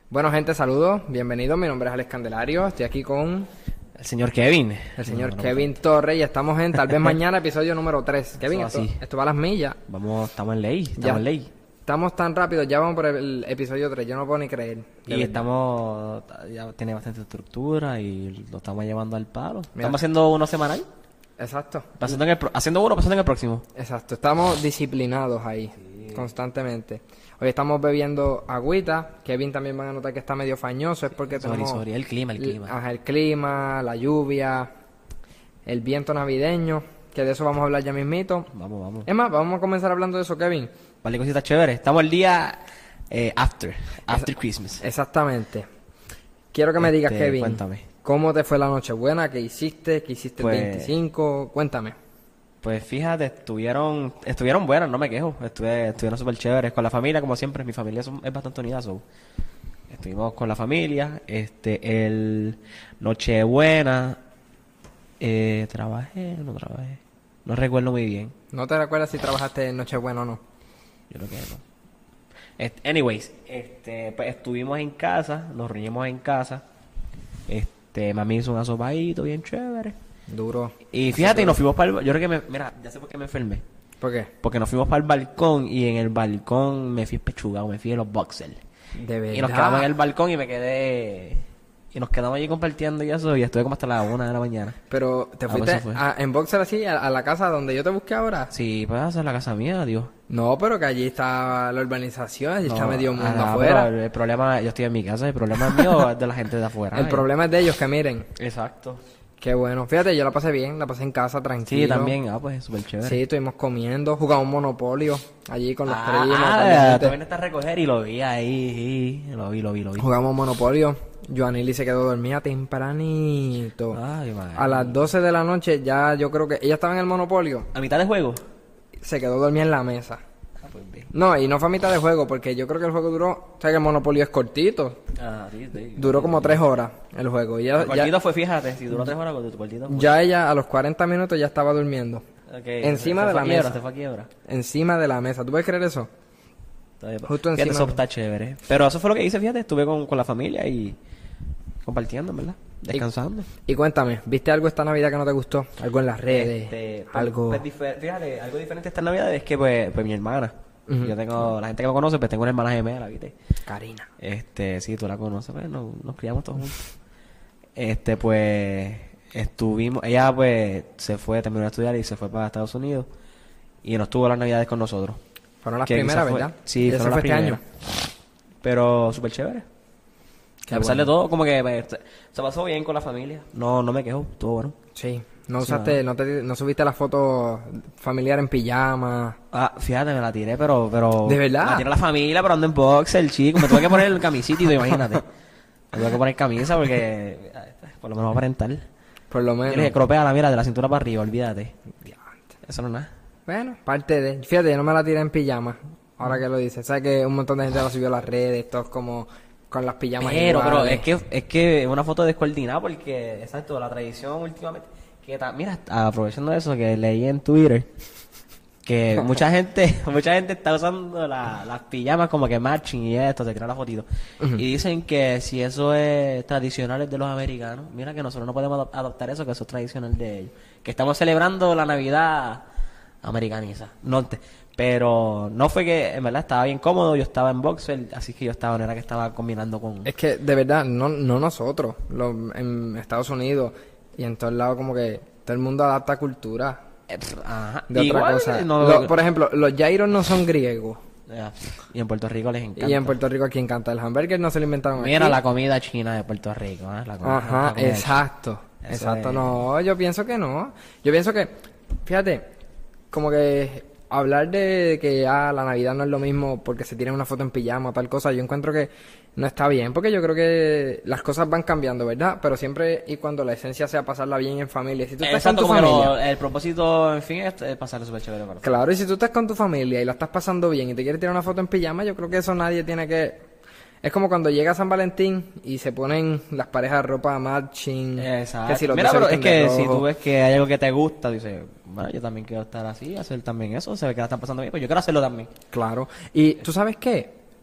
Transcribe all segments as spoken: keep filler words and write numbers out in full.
Bueno, gente, saludos, bienvenidos. Mi nombre es Alex Candelario. Estoy aquí con El señor Kevin. el señor No, no, Kevin Torres y estamos en tal vez mañana episodio número tres. Kevin, Eso esto, así. esto va a las millas. Vamos, estamos en ley, estamos Ya. en ley. Estamos tan rápidos, ya vamos por el episodio tres. Yo no puedo ni creer. de Y verdad. estamos, ya tiene bastante estructura y lo estamos llevando al palo. Mira. Estamos haciendo uno semanal. Exacto, Pasando en el, pro- haciendo uno, pasando en el próximo. exacto. Estamos disciplinados ahí, constantemente. Hoy estamos bebiendo agüita. Kevin también van a notar que está medio fañoso. Es porque Sorry, tenemos sorry, el clima, el clima. Ajá, el clima, la lluvia, el viento navideño, que de eso vamos a hablar ya mismito. Vamos, vamos. Es más, vamos a comenzar hablando de eso, Kevin. Vale, cositas chéveres. Estamos el día eh, after, after Christmas. Exactamente. Quiero que me digas, Este, Kevin, cuéntame. ¿cómo te fue la Nochebuena? ¿Qué hiciste? ¿Qué hiciste Pues- el veinticinco? Cuéntame. Pues fíjate, estuvieron, estuvieron buenas, no me quejo. Estuve, estuvieron súper chéveres con la familia, como siempre. Mi familia son- es bastante unida, so. Estuvimos con la familia. Este, el Nochebuena, eh, trabajé, no trabajé. No recuerdo muy bien. ¿No te recuerdas si trabajaste en Nochebuena o no? Yo creo que no. Este, anyways, este, pues estuvimos en casa, nos reunimos en casa. Este, mami hizo un asopadito bien chévere. Duro. Y fíjate, y nos fuimos para el... Yo creo que me... Mira, ya sé por qué me enfermé. ¿Por qué? Porque nos fuimos para el balcón y en el balcón me fui pechugado, me fui en los boxers. De verdad. Y nos quedamos en el balcón y me quedé... Y nos quedamos allí compartiendo y eso, y estuve como hasta la una de la mañana. Pero, ¿te Ah, fuiste pues eso fue. a- en boxer así a, a la casa donde yo te busqué ahora? Sí, pues esa es la casa mía, Dios. No, pero que allí está la urbanización, allí está No, medio mundo ah, afuera. pero El, el problema, yo estoy en mi casa, el problema es mío, es de la gente de afuera. El eh. problema es de ellos que miren. Exacto. Qué bueno. Fíjate, yo la pasé bien, la pasé en casa tranquilo. Sí, también, ah, pues súper chévere. Sí, estuvimos comiendo, jugamos Monopolio allí con los Ah, primos. ah, con la gente. tú viniste a recoger y lo vi ahí, sí, lo vi, lo vi, lo vi. Jugamos Monopolio. Joanily se quedó dormida tempranito. Ay, madre. A las doce de la noche ya yo creo que ella estaba en el Monopolio. ¿A mitad de juego? Se quedó dormida en la mesa. Ah, pues bien. No, y no fue a mitad de juego porque yo creo que el juego duró... O sea que el Monopolio es cortito. Ah, sí, sí. Duró como tres horas el juego. Y ya, El ya, cortito fue, fíjate, si duró tres horas, con tu cortito fue. ya ella a los cuarenta minutos ya estaba durmiendo. Ok, Encima se- de se la fue a quiebra, mesa. Se fue a quiebra. Encima de la mesa. ¿Tú puedes creer eso? Está bien, Justo fíjate, encima. eso está chévere. Pero eso fue lo que hice, fíjate, estuve con, con la familia y compartiendo, ¿verdad? Descansando. Y cuéntame, ¿viste algo esta Navidad que no te gustó? Algo en las redes, Este, pues, algo... pues, difer- fíjate, algo diferente esta Navidad es que, pues, pues mi hermana. Ujú. Yo tengo, la gente que me conoce, pues tengo una hermana gemela, ¿viste? Karina. Este, sí, tú la conoces, pues nos, nos criamos todos juntos. Este, pues, estuvimos, ella, pues, se fue, terminó de estudiar y se fue para Estados Unidos y no estuvo las Navidades con nosotros. Fueron las Que primeras, quizás fue- ¿verdad? Sí, Y eso fueron las fue este primeras. Pero súper chévere. Qué A pesar bueno. de todo, como que pues, se se pasó bien con la familia. No, no me quejo, estuvo bueno. Sí. No Sí, usaste, no, te, no subiste la foto familiar en pijama. Ah, fíjate, me la tiré, pero, pero... ¿De verdad? La tiré a la familia, pero ando en boxer, chico. Me tuve que poner el camisito, imagínate. Me tuve que poner camisa porque... Por lo menos va a aparentar. Por lo Yo le menos. dije, cropea la mira de la cintura para arriba, olvídate. Eso no es nada. Bueno, parte de... Fíjate, yo no me la tiré en pijama. Ahora que lo dices. Sabes que un montón de gente la subió a las redes, todos como con las pijamas Pero, pero iguales. es que es que es una foto descoordinada porque, exacto, la tradición últimamente... Que ta- mira, aprovechando eso que leí en Twitter, que mucha gente mucha gente está usando la- las pijamas como que matching y esto, se crea la fotito. Ujú. Y dicen que si eso es tradicional de los americanos, mira que nosotros no podemos adop- adoptar eso, que eso es tradicional de ellos. Que estamos celebrando la Navidad americaniza, norte. Pero no fue que, en verdad, estaba bien cómodo, yo estaba en boxer, así que yo estaba, no era que estaba combinando con... Es que, de verdad, no, no nosotros. Lo- en Estados Unidos y en todos lados como que todo el mundo adapta cultura Eh, Ajá. de otra Igual, cosa. no- Lo- por ejemplo, los gyros no son griegos. Ya, y en Puerto Rico les encanta. Y en Puerto Rico aquí encanta. El hamburger no se lo inventaron Mira aquí. la comida china de Puerto Rico, ¿eh? La comida, la Ajá, comida exacto. Eso Exacto, es- no, yo pienso que no. Yo pienso que, fíjate, como que hablar de que ah, la Navidad no es lo mismo porque se tiene una foto en pijama o tal cosa, yo encuentro que no está bien, porque yo creo que las cosas van cambiando, ¿verdad? Pero siempre y cuando la esencia sea pasarla bien en familia. Si tú estás Exacto, con tu como que familia, lo- el propósito, en fin, es, es pasarlo súper chévere. Con la claro, y si tú estás con tu familia y la estás pasando bien y te quieres tirar una foto en pijama, yo creo que eso nadie tiene que... Es como cuando llega San Valentín y se ponen las parejas ropa matching. Exacto. Que si los Mira, dos se pero es visten de que si rojo. tú ves que hay algo que te gusta, dices, bueno, yo también quiero estar así, hacer también eso, se ve que la están pasando bien, pues yo quiero hacerlo también. Claro. Y tú sabes qué,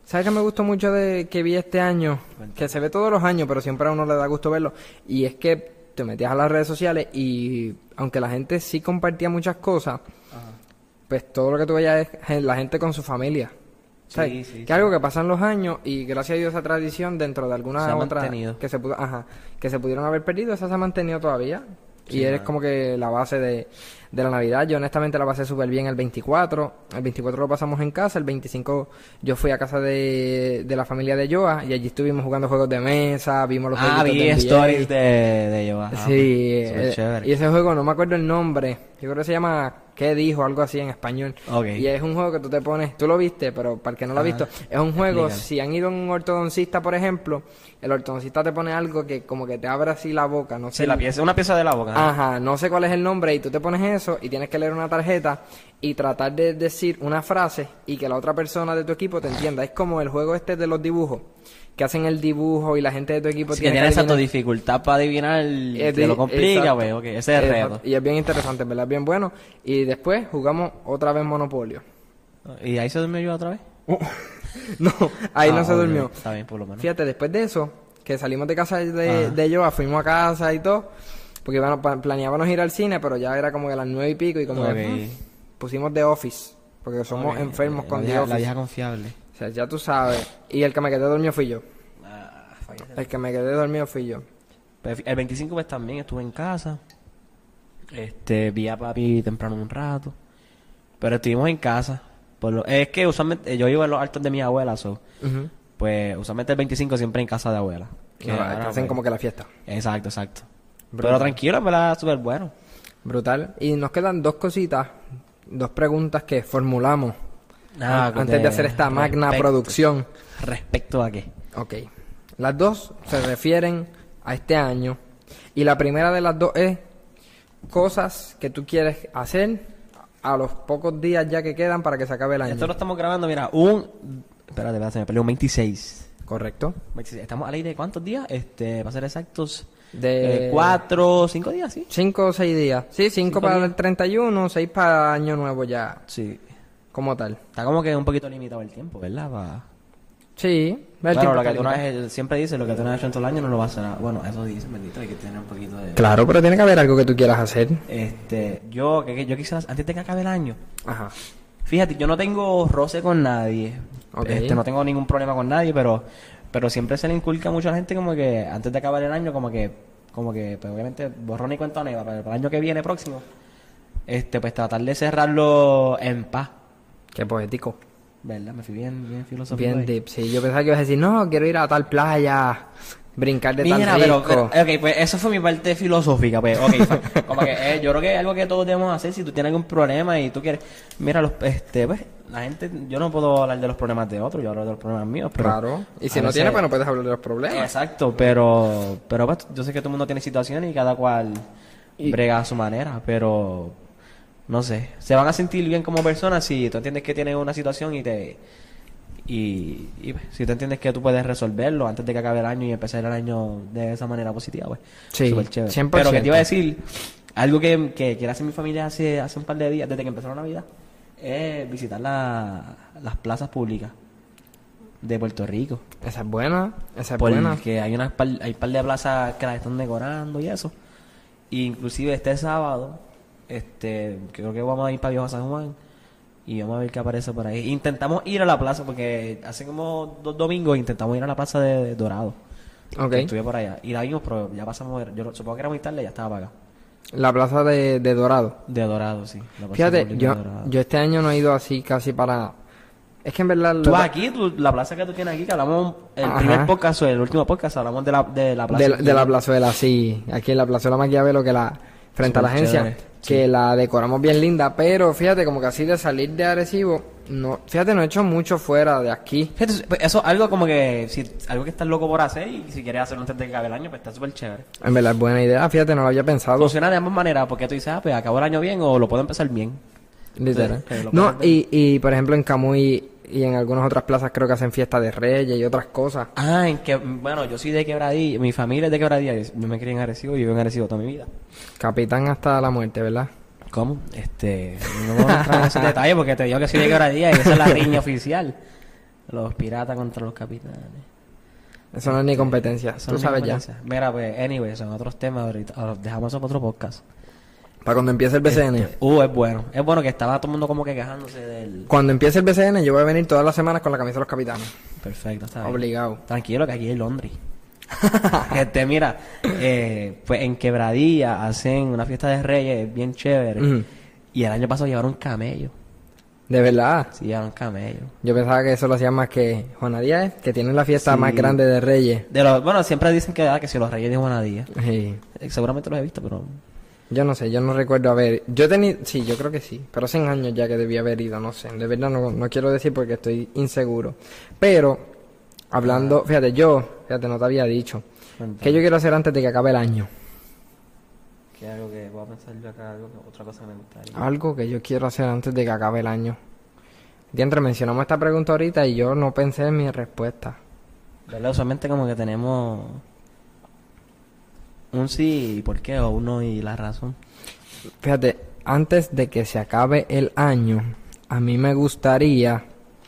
¿Sabes qué me gustó mucho de que vi este año? Que se ve todos los años, pero siempre a uno le da gusto verlo. Y es que te metías a las redes sociales y aunque la gente sí compartía muchas cosas, Ajá. pues todo lo que tú veías es la gente con su familia. ¿Sabes? Sí, sí, que sí. algo que pasan los años y gracias a Dios esa tradición dentro de alguna Se ha otra mantenido. que se pudo, ajá, que se pudieron haber perdido, esa se ha mantenido todavía. Sí, y eres mano. como que la base de, de la Navidad. Yo honestamente la pasé súper bien el veinticuatro. El veinticuatro lo pasamos en casa. El veinticinco yo fui a casa de, de la familia de Joa y allí estuvimos jugando juegos de mesa, vimos los Ah, jueguitos vi de N B A. stories de, de Yoba. Ah, Sí, pues, súper eh, chévere. y ese juego no me acuerdo el nombre. Yo creo que se llama ¿Qué dijo? Algo así en español. Ok. Y es un juego que tú te pones, tú lo viste, pero para el que no lo ha Ajá. visto, es un juego, Explícalo. si han ido a un ortodoncista, por ejemplo, el ortodoncista te pone algo que como que te abre así la boca, no sé. Sí, la pieza, una pieza de la boca. ¿no? Ajá, no sé cuál es el nombre y tú te pones eso y tienes que leer una tarjeta y tratar de decir una frase y que la otra persona de tu equipo te entienda. Es como el juego este de los dibujos, que hacen el dibujo y la gente de tu equipo Sí, que tiene tiene esa tu adivinar. dificultad para adivinar, Es te di- lo complica, exacto. güey, ok, ese es el Exacto. reto. Y es bien interesante, ¿verdad? Bien bueno. Y después jugamos otra vez Monopolio. ¿Y ahí se durmió yo otra vez? No, ahí Ah, no se ok, durmió. Está bien, por lo menos. Fíjate, después de eso, que salimos de casa de, Ajá. de Joa, fuimos a casa y todo, porque bueno, pa- planeábamos ir al cine, pero ya era como que a las nueve y pico y como Ok. que mm, pusimos The Office, porque somos Ok, enfermos eh, con la The vieja, Office. La vieja confiable. O sea, ya tú sabes. Y el que me quedé dormido fui yo. Ah, fallé. El que me quedé dormido fui yo. Pues, el veinticinco pues también estuve en casa. Este, vi a papi temprano un rato. Pero estuvimos en casa. Por lo, es que usualmente yo vivo en los altos de mi abuela, so, Ujú. pues usualmente el veinticinco siempre en casa de abuela. Que ahora, que hacen como que la fiesta. Exacto, exacto. Brutal. Pero tranquilo, en verdad, súper bueno. Brutal. Y nos quedan dos cositas, dos preguntas que formulamos Ah, an- antes de hacer esta magna respecto- producción. ¿Respecto a qué? Ok. Las dos se refieren a este año. Y la primera de las dos es cosas que tú quieres hacer a los pocos días ya que quedan para que se acabe el año. Esto lo estamos grabando, mira, un... Espérate, espérate, se me perdió un veintiséis. Correcto. veintiséis. Estamos a ley de ¿cuántos días? Este, para ser exactos, De eh, cuatro, cinco días, ¿sí? cinco o seis días. Sí, cinco Cinco para días. el treinta y uno, seis para año nuevo ya, Sí. como tal. Está como que un poquito limitado el tiempo, ¿verdad? Pa... Sí. El Bueno, tiempo lo está que tú no limitado. has, siempre dices, lo que tú no has hecho en todo el año no lo vas a hacer. Bueno, eso dice, bendito, hay que tener un poquito de... Claro, pero tiene que haber algo que tú quieras hacer. Este, yo, que, que yo quisiera, antes de que acabe el año, Ajá. fíjate, yo no tengo roce con nadie. Ok. Este, no tengo ningún problema con nadie, pero, pero siempre se le inculca mucho a la gente como que antes de acabar el año, como que, como que, pues obviamente, borrón y cuenta nueva, para el año que viene próximo, este, pues tratar de cerrarlo en paz. Qué poético. ¿Verdad? Me fui bien, bien filosófico. Bien ahí. deep, sí. Yo pensaba que ibas a decir, no, quiero ir a tal playa, brincar de tal Mira, pero, risco. pero, ok, pues eso fue mi parte filosófica, pues, ok, fue- como que eh, yo creo que es algo que todos debemos hacer si tú tienes algún problema y tú quieres, mira, los, este, pues, la gente, yo no puedo hablar de los problemas de otros, yo hablo de los problemas míos, pero... Claro. Y si a no veces- tienes, pues no puedes hablar de los problemas. Exacto, pero, pero pues, yo sé que todo el mundo tiene situaciones y cada cual Y- brega a su manera, pero, no sé, se van a sentir bien como personas si tú entiendes que tienes una situación y te... Y, y pues, si tú entiendes que tú puedes resolverlo antes de que acabe el año y empezar el año de esa manera positiva, pues Sí, súper chévere. cien por Pero que ciento. te iba a decir, algo que, que quiere hacer mi familia hace, hace un par de días, desde que empezó la Navidad, es visitar la- las plazas públicas de Puerto Rico. Esa es buena, esa es buena. Porque hay unas par, hay par de plazas que las están decorando y eso. Y inclusive este sábado, este, creo que vamos a ir para Viejo San Juan y vamos a ver qué aparece por ahí. Intentamos ir a la plaza porque hace como dos domingos intentamos ir a la plaza de, de Dorado. Ok. Que estuve por allá. Y la vimos, pero ya pasamos, yo supongo que era muy tarde, ya estaba para acá. La plaza de, de Dorado. De Dorado, sí. la plaza Fíjate, pública yo, de Dorado. yo este año no he ido así casi para... Es que en verdad... Tú lo- aquí, tú- la plaza que tú tienes aquí, que hablamos, el Ajá. primer podcast o el último podcast, hablamos de la, de la plaza. de, la- de la plazuela, sí. Aquí en la plazuela Maquiavelo, que la... Frente a la Súper agencia, chévere, que la decoramos bien linda, pero fíjate, como que así de salir de Arecibo, no, fíjate, no he hecho mucho fuera de aquí. Fíjate, pues, eso es algo como que, si, algo que estás loco por hacer y si quieres hacerlo antes de que acabe el año, pues está súper chévere. En verdad es buena idea, fíjate, no lo había pensado. Funciona de ambas maneras, porque tú dices, ah, pues acabo el año bien o lo puedo empezar bien. Literal. Sí, que lo No, puedes ver. y, y por ejemplo en Camuy y en algunas otras plazas creo que hacen fiesta de Reyes y otras cosas. Ah, en que, bueno, yo soy de Quebradilla, mi familia es de Quebradilla, yo me crié en Arecibo y vivo en Arecibo toda mi vida. Capitán hasta la muerte, ¿verdad? ¿Cómo? Este, no vamos a entrar en esos detalles porque te digo que soy de Quebradilla y esa es la riña oficial. Los piratas contra los capitanes. Eso no es ni competencia, Eso tú no es sabes competencia. Mira, pues, anyway, son otros temas ahorita. Ahora dejamos eso para otro podcast. ya. Para cuando empiece el B C N. Este, uh, es bueno. Es bueno que estaba todo el mundo como que quejándose del... Cuando empiece el B C N, yo voy a venir todas las semanas con la camisa de los capitanes. Perfecto, está bien. Obligado. Tranquilo, que aquí hay Londres. Este, mira, eh, pues en Quebradilla hacen una fiesta de Reyes bien chévere. Ujú. Y el año pasado llevaron camello. De verdad. Sí, llevaron camello. Yo pensaba que eso lo hacían más que Juana Díaz, que tienen la fiesta Sí. más grande de Reyes. De los, bueno, siempre dicen que, ah, que si los Reyes de Juanadía. Sí. Eh, seguramente los he visto, pero... Yo no sé, yo no recuerdo haber... Yo tenía... Sí, yo creo que sí. Pero hace años ya que debía haber ido, no sé. De verdad no, no quiero decir porque estoy inseguro. Pero, hablando... Fíjate, yo... Fíjate, no te había dicho. ¿Qué yo quiero hacer antes de que acabe el año? Que algo que voy a pensar yo acá, algo que- otra cosa que me gustaría. Algo que yo quiero hacer antes de que acabe el año. Diantre, mencionamos esta pregunta ahorita y yo no pensé en mi respuesta. ¿Verdad? Usualmente como que tenemos un sí y por qué, o uno y la razón. Fíjate, antes de que se acabe el año, a mí me gustaría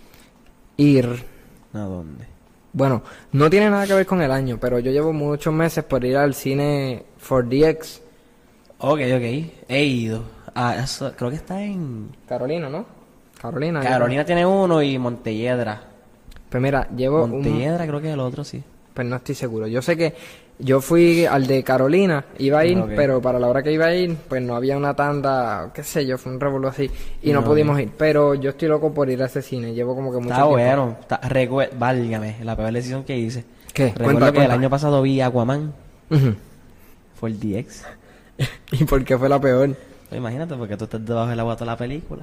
ir... ¿A dónde? Bueno, no tiene nada que ver con el año, pero yo llevo muchos meses por ir al cine cuatro D X. Ok, ok. He ido. Ah, eso, creo que está en... Carolina, ¿no? Carolina. yo Carolina tiene uno y Montelledra. creo. Pues mira, llevo un... Montelledra creo que es el otro, sí. Pues no estoy seguro. Yo sé que yo fui al de Carolina, iba a ir, Ok. pero para la hora que iba a ir, pues no había una tanda, qué sé yo, fue un revuelo así, y no Ok. pudimos ir. Pero yo estoy loco por ir a ese cine, llevo como que mucho Está tiempo. bueno. Está, recue- válgame, la peor decisión que hice. ¿Qué? Recuerdo Cuenta, que cuenta. el año pasado vi Aquaman. Ujú. Fue el D X. ¿Y por qué fue la peor? Pues imagínate, porque tú estás debajo del agua toda la película.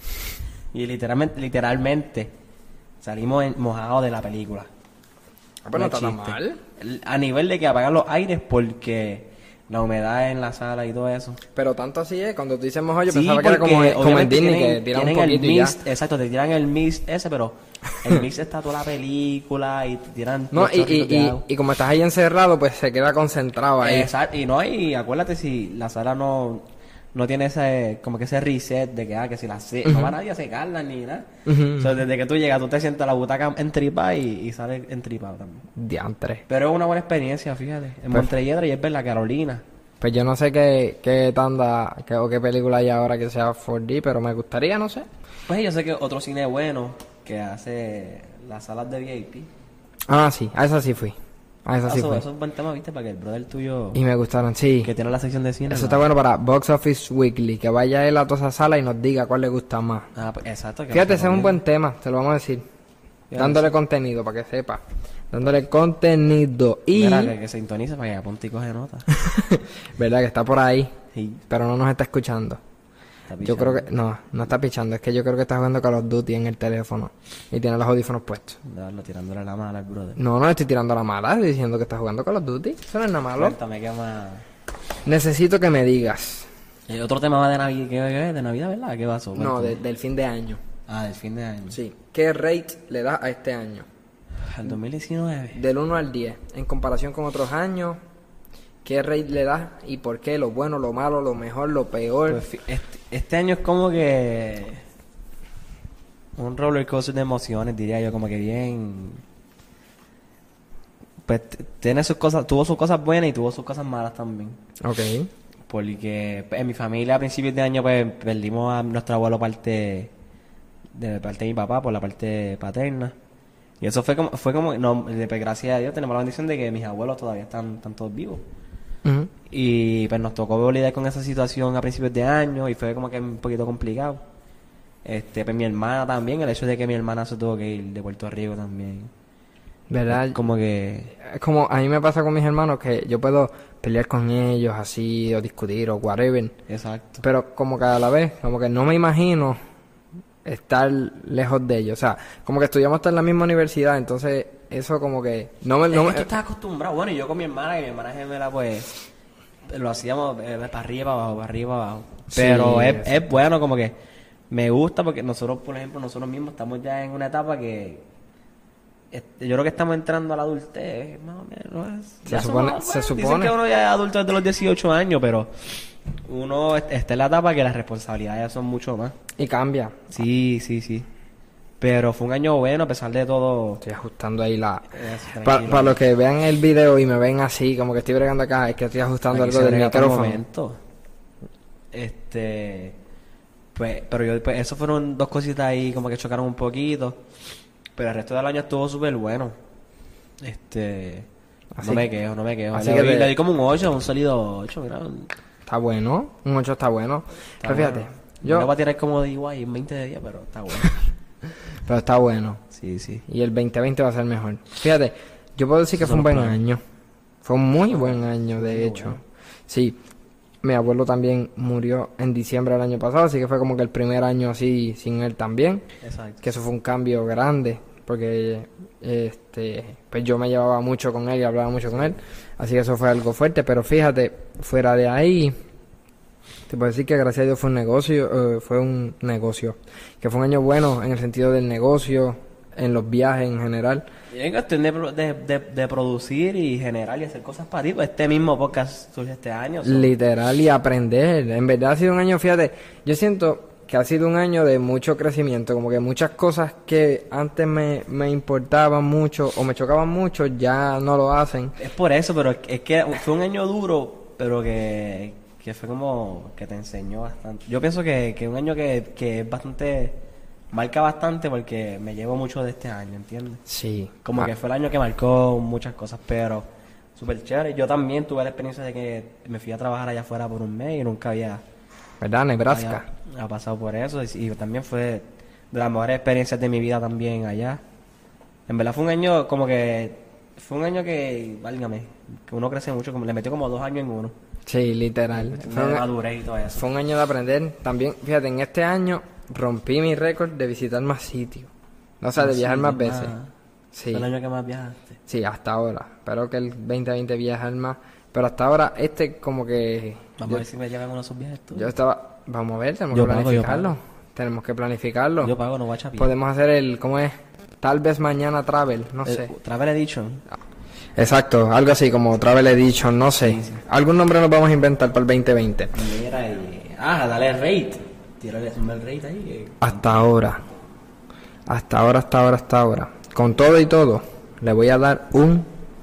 Y literalmente, literalmente, salimos en- mojados de la película. Ah, pues no es está tan chiste. mal. El- A nivel de que apagan los aires porque la humedad en la sala y todo eso. Pero tanto así es, cuando tú dices mojado, yo Sí, pensaba que era como, porque como en obviamente Disney, tienen, que tiran un tienen el poquito y ya. mist, exacto, te tiran el mist ese, pero el mist está toda la película y te tiran No, los y, y, chorritos de y, agua. y como estás ahí encerrado, pues se queda concentrado ahí. Exacto, y no, y acuérdate si la sala no, no tiene ese, como que ese reset de que, ah, que si la se- no va nadie a secarla ni nada. Ujú. O sea, desde que tú llegas, tú te sientas en la butaca entripada y, y sales entripado también. Diantre. Pero es una buena experiencia, fíjate. En Pues- Montelledra y es ver la Carolina. Pues yo no sé qué, qué tanda qué, o qué película hay ahora que sea cuatro D, pero me gustaría, no sé. Pues yo sé que otro cine bueno que hace las salas de V I P. Ah, sí, a esa sí fui. A esa sí eso, fui. eso es buen tema, ¿viste? Para que el brother tuyo, Y me gustaron, sí. que tiene la sección de cine. Eso ¿no? está bueno para Box Office Weekly, que vaya él a toda esa sala y nos diga cuál le gusta más. Ah, pues, exacto. que Fíjate, nos ese es un recomiende. buen tema, te lo vamos a decir. Fíjate, Dándole sí. contenido, para que sepa. Dándole contenido. Y... Mira, que, que se sintonice para que apunte y coge nota. Verdad que está por ahí, Sí, pero no nos está escuchando. está Yo pichando. creo que... No, no está pichando. Es que yo creo que está jugando Call of Duty en el teléfono. Y tiene los audífonos puestos. De verlo tirándole la mala al brother. No, no estoy tirando la mala. Estoy diciendo que está jugando Call of Duty. Eso no es nada malo. Cuéntame, ¿qué más? Necesito que me digas. Eh, otro tema más de Navidad, ¿qué, qué, de Navidad, ¿verdad? ¿Qué pasó? No, Cuéntame. de- del fin de año. Ah, del fin de año. Sí. ¿Qué rate le das a este año? Al dos mil diecinueve. Del uno al diez. En comparación con otros años. ¿Qué rate le das? ¿Y por qué? Lo bueno, lo malo, lo mejor, lo peor. Pues, fi- este, este año es como que un roller coaster de emociones, diría yo, como que bien. Pues t- tiene sus cosas, tuvo sus cosas buenas y tuvo sus cosas malas también. Ok. Porque pues, en mi familia a principios de año pues perdimos a nuestro abuelo parte de parte de mi papá por la parte paterna. Y eso fue como, fue como, no, de- pues, gracias a Dios tenemos la bendición de que mis abuelos todavía están, están todos vivos. Ujú. Y pues nos tocó lidiar con esa situación a principios de año y fue como que un poquito complicado. Este, pues mi hermana también, el hecho de que mi hermana se tuvo que ir de Puerto Rico también. ¿Verdad? Como que, Es como a mí me pasa con mis hermanos que yo puedo pelear con ellos así o discutir o whatever. exacto. Pero como que a la vez, como que no me imagino estar lejos de ellos. O sea, como que estudiamos hasta en la misma universidad, entonces eso como que no me... Es No que me tú estás acostumbrado. Bueno, y yo con mi hermana, que mi hermana gemela, pues, lo hacíamos eh, para arriba, para abajo, para arriba, para abajo. Sí, Pero es, eso. es bueno, como que me gusta porque nosotros, por ejemplo, nosotros mismos estamos ya en una etapa que este, yo creo que estamos entrando a la adultez, más o menos. Se Ya supone- somos- se Dicen supone. que uno ya es adulto desde los dieciocho años, pero uno est- está en la etapa que las responsabilidades son mucho más. Y cambia. Sí, sí, sí. Pero fue un año bueno a pesar de todo. Estoy ajustando ahí la... Eh, Para tranquilo. los que vean el video y me ven así, como que estoy bregando acá, es que estoy ajustando Aquí algo se del brega por el micrófono. momento. Este, pues, pero yo, pues, eso fueron dos cositas ahí como que chocaron un poquito. Pero el resto del año estuvo súper bueno. Este, Así no me que- quejo, no me quejo. así Le que doy, te- le doy como un ocho, un sólido ocho, mira. Está bueno, un ocho está bueno. Está Pero fíjate, bueno. yo... No va a tirar como de igual en veinte de día, pero está bueno. Pero está bueno. Sí, sí. Y el veinte veinte va a ser mejor. Fíjate, yo puedo decir que Esos fue un son buen los planes. año. Fue un muy buen año, de muy hecho. bueno. Sí, mi abuelo también murió en diciembre del año pasado, así que fue como que el primer año así sin él también. Exacto. Que eso fue un cambio grande, porque este, pues yo me llevaba mucho con él y hablaba mucho con él, así que eso fue algo fuerte. Pero fíjate, fuera de ahí, te puedo decir que gracias a Dios fue un negocio, eh, fue un negocio, que fue un año bueno en el sentido del negocio, en los viajes en general. Y en cuestión de, pro- de, de, de producir y generar y hacer cosas para ti, pues este mismo podcast surge este año. so- Literal, y aprender. En verdad ha sido un año, fíjate, yo siento que ha sido un año de mucho crecimiento, como que muchas cosas que antes me, me importaban mucho o me chocaban mucho, ya no lo hacen. Es por eso, pero es es que fue un año duro, pero que, que fue como que te enseñó bastante. Yo pienso que, que un año que, que es bastante, marca bastante porque me llevo mucho de este año, ¿entiendes? Sí. Como Ah, que fue el año que marcó muchas cosas, pero súper chévere. Yo también tuve la experiencia de que me fui a trabajar allá afuera por un mes y nunca había, ¿verdad? Nebraska. había, había pasado por eso. Y, y también fue de las mejores experiencias de mi vida también allá. En verdad fue un año como que, fue un año que, válgame, que uno crece mucho, como le metió como dos años en uno. Sí, literal. Fue De un, madurez y todo eso. fue un año de aprender. También, fíjate, en este año rompí mi récord de visitar más sitios. O sea, de Sí, viajar más más. veces. Sí. Fue el año que más viajaste. Sí, hasta ahora. Espero que el veinte veinte viajar más. Pero hasta ahora, este como que... Vamos yo, a ver si me llevan uno de esos viajes tú. yo estaba... Vamos a ver, tenemos Yo que pago, yo planificarlo. pago. Tenemos que planificarlo. Yo pago, no voy a chapiar. Podemos hacer el... ¿Cómo es? Tal vez mañana travel, no sé. Eh, Travel Edition. Exacto, algo así como Travel Edition, no sé. Sí, sí. Algún nombre nos vamos a inventar para el veinte veinte. Mira y... Ah, dale rate. Tírale un el rate ahí. que- Hasta ahora. Hasta ahora, hasta ahora, hasta ahora. Con todo y todo, le voy a dar un...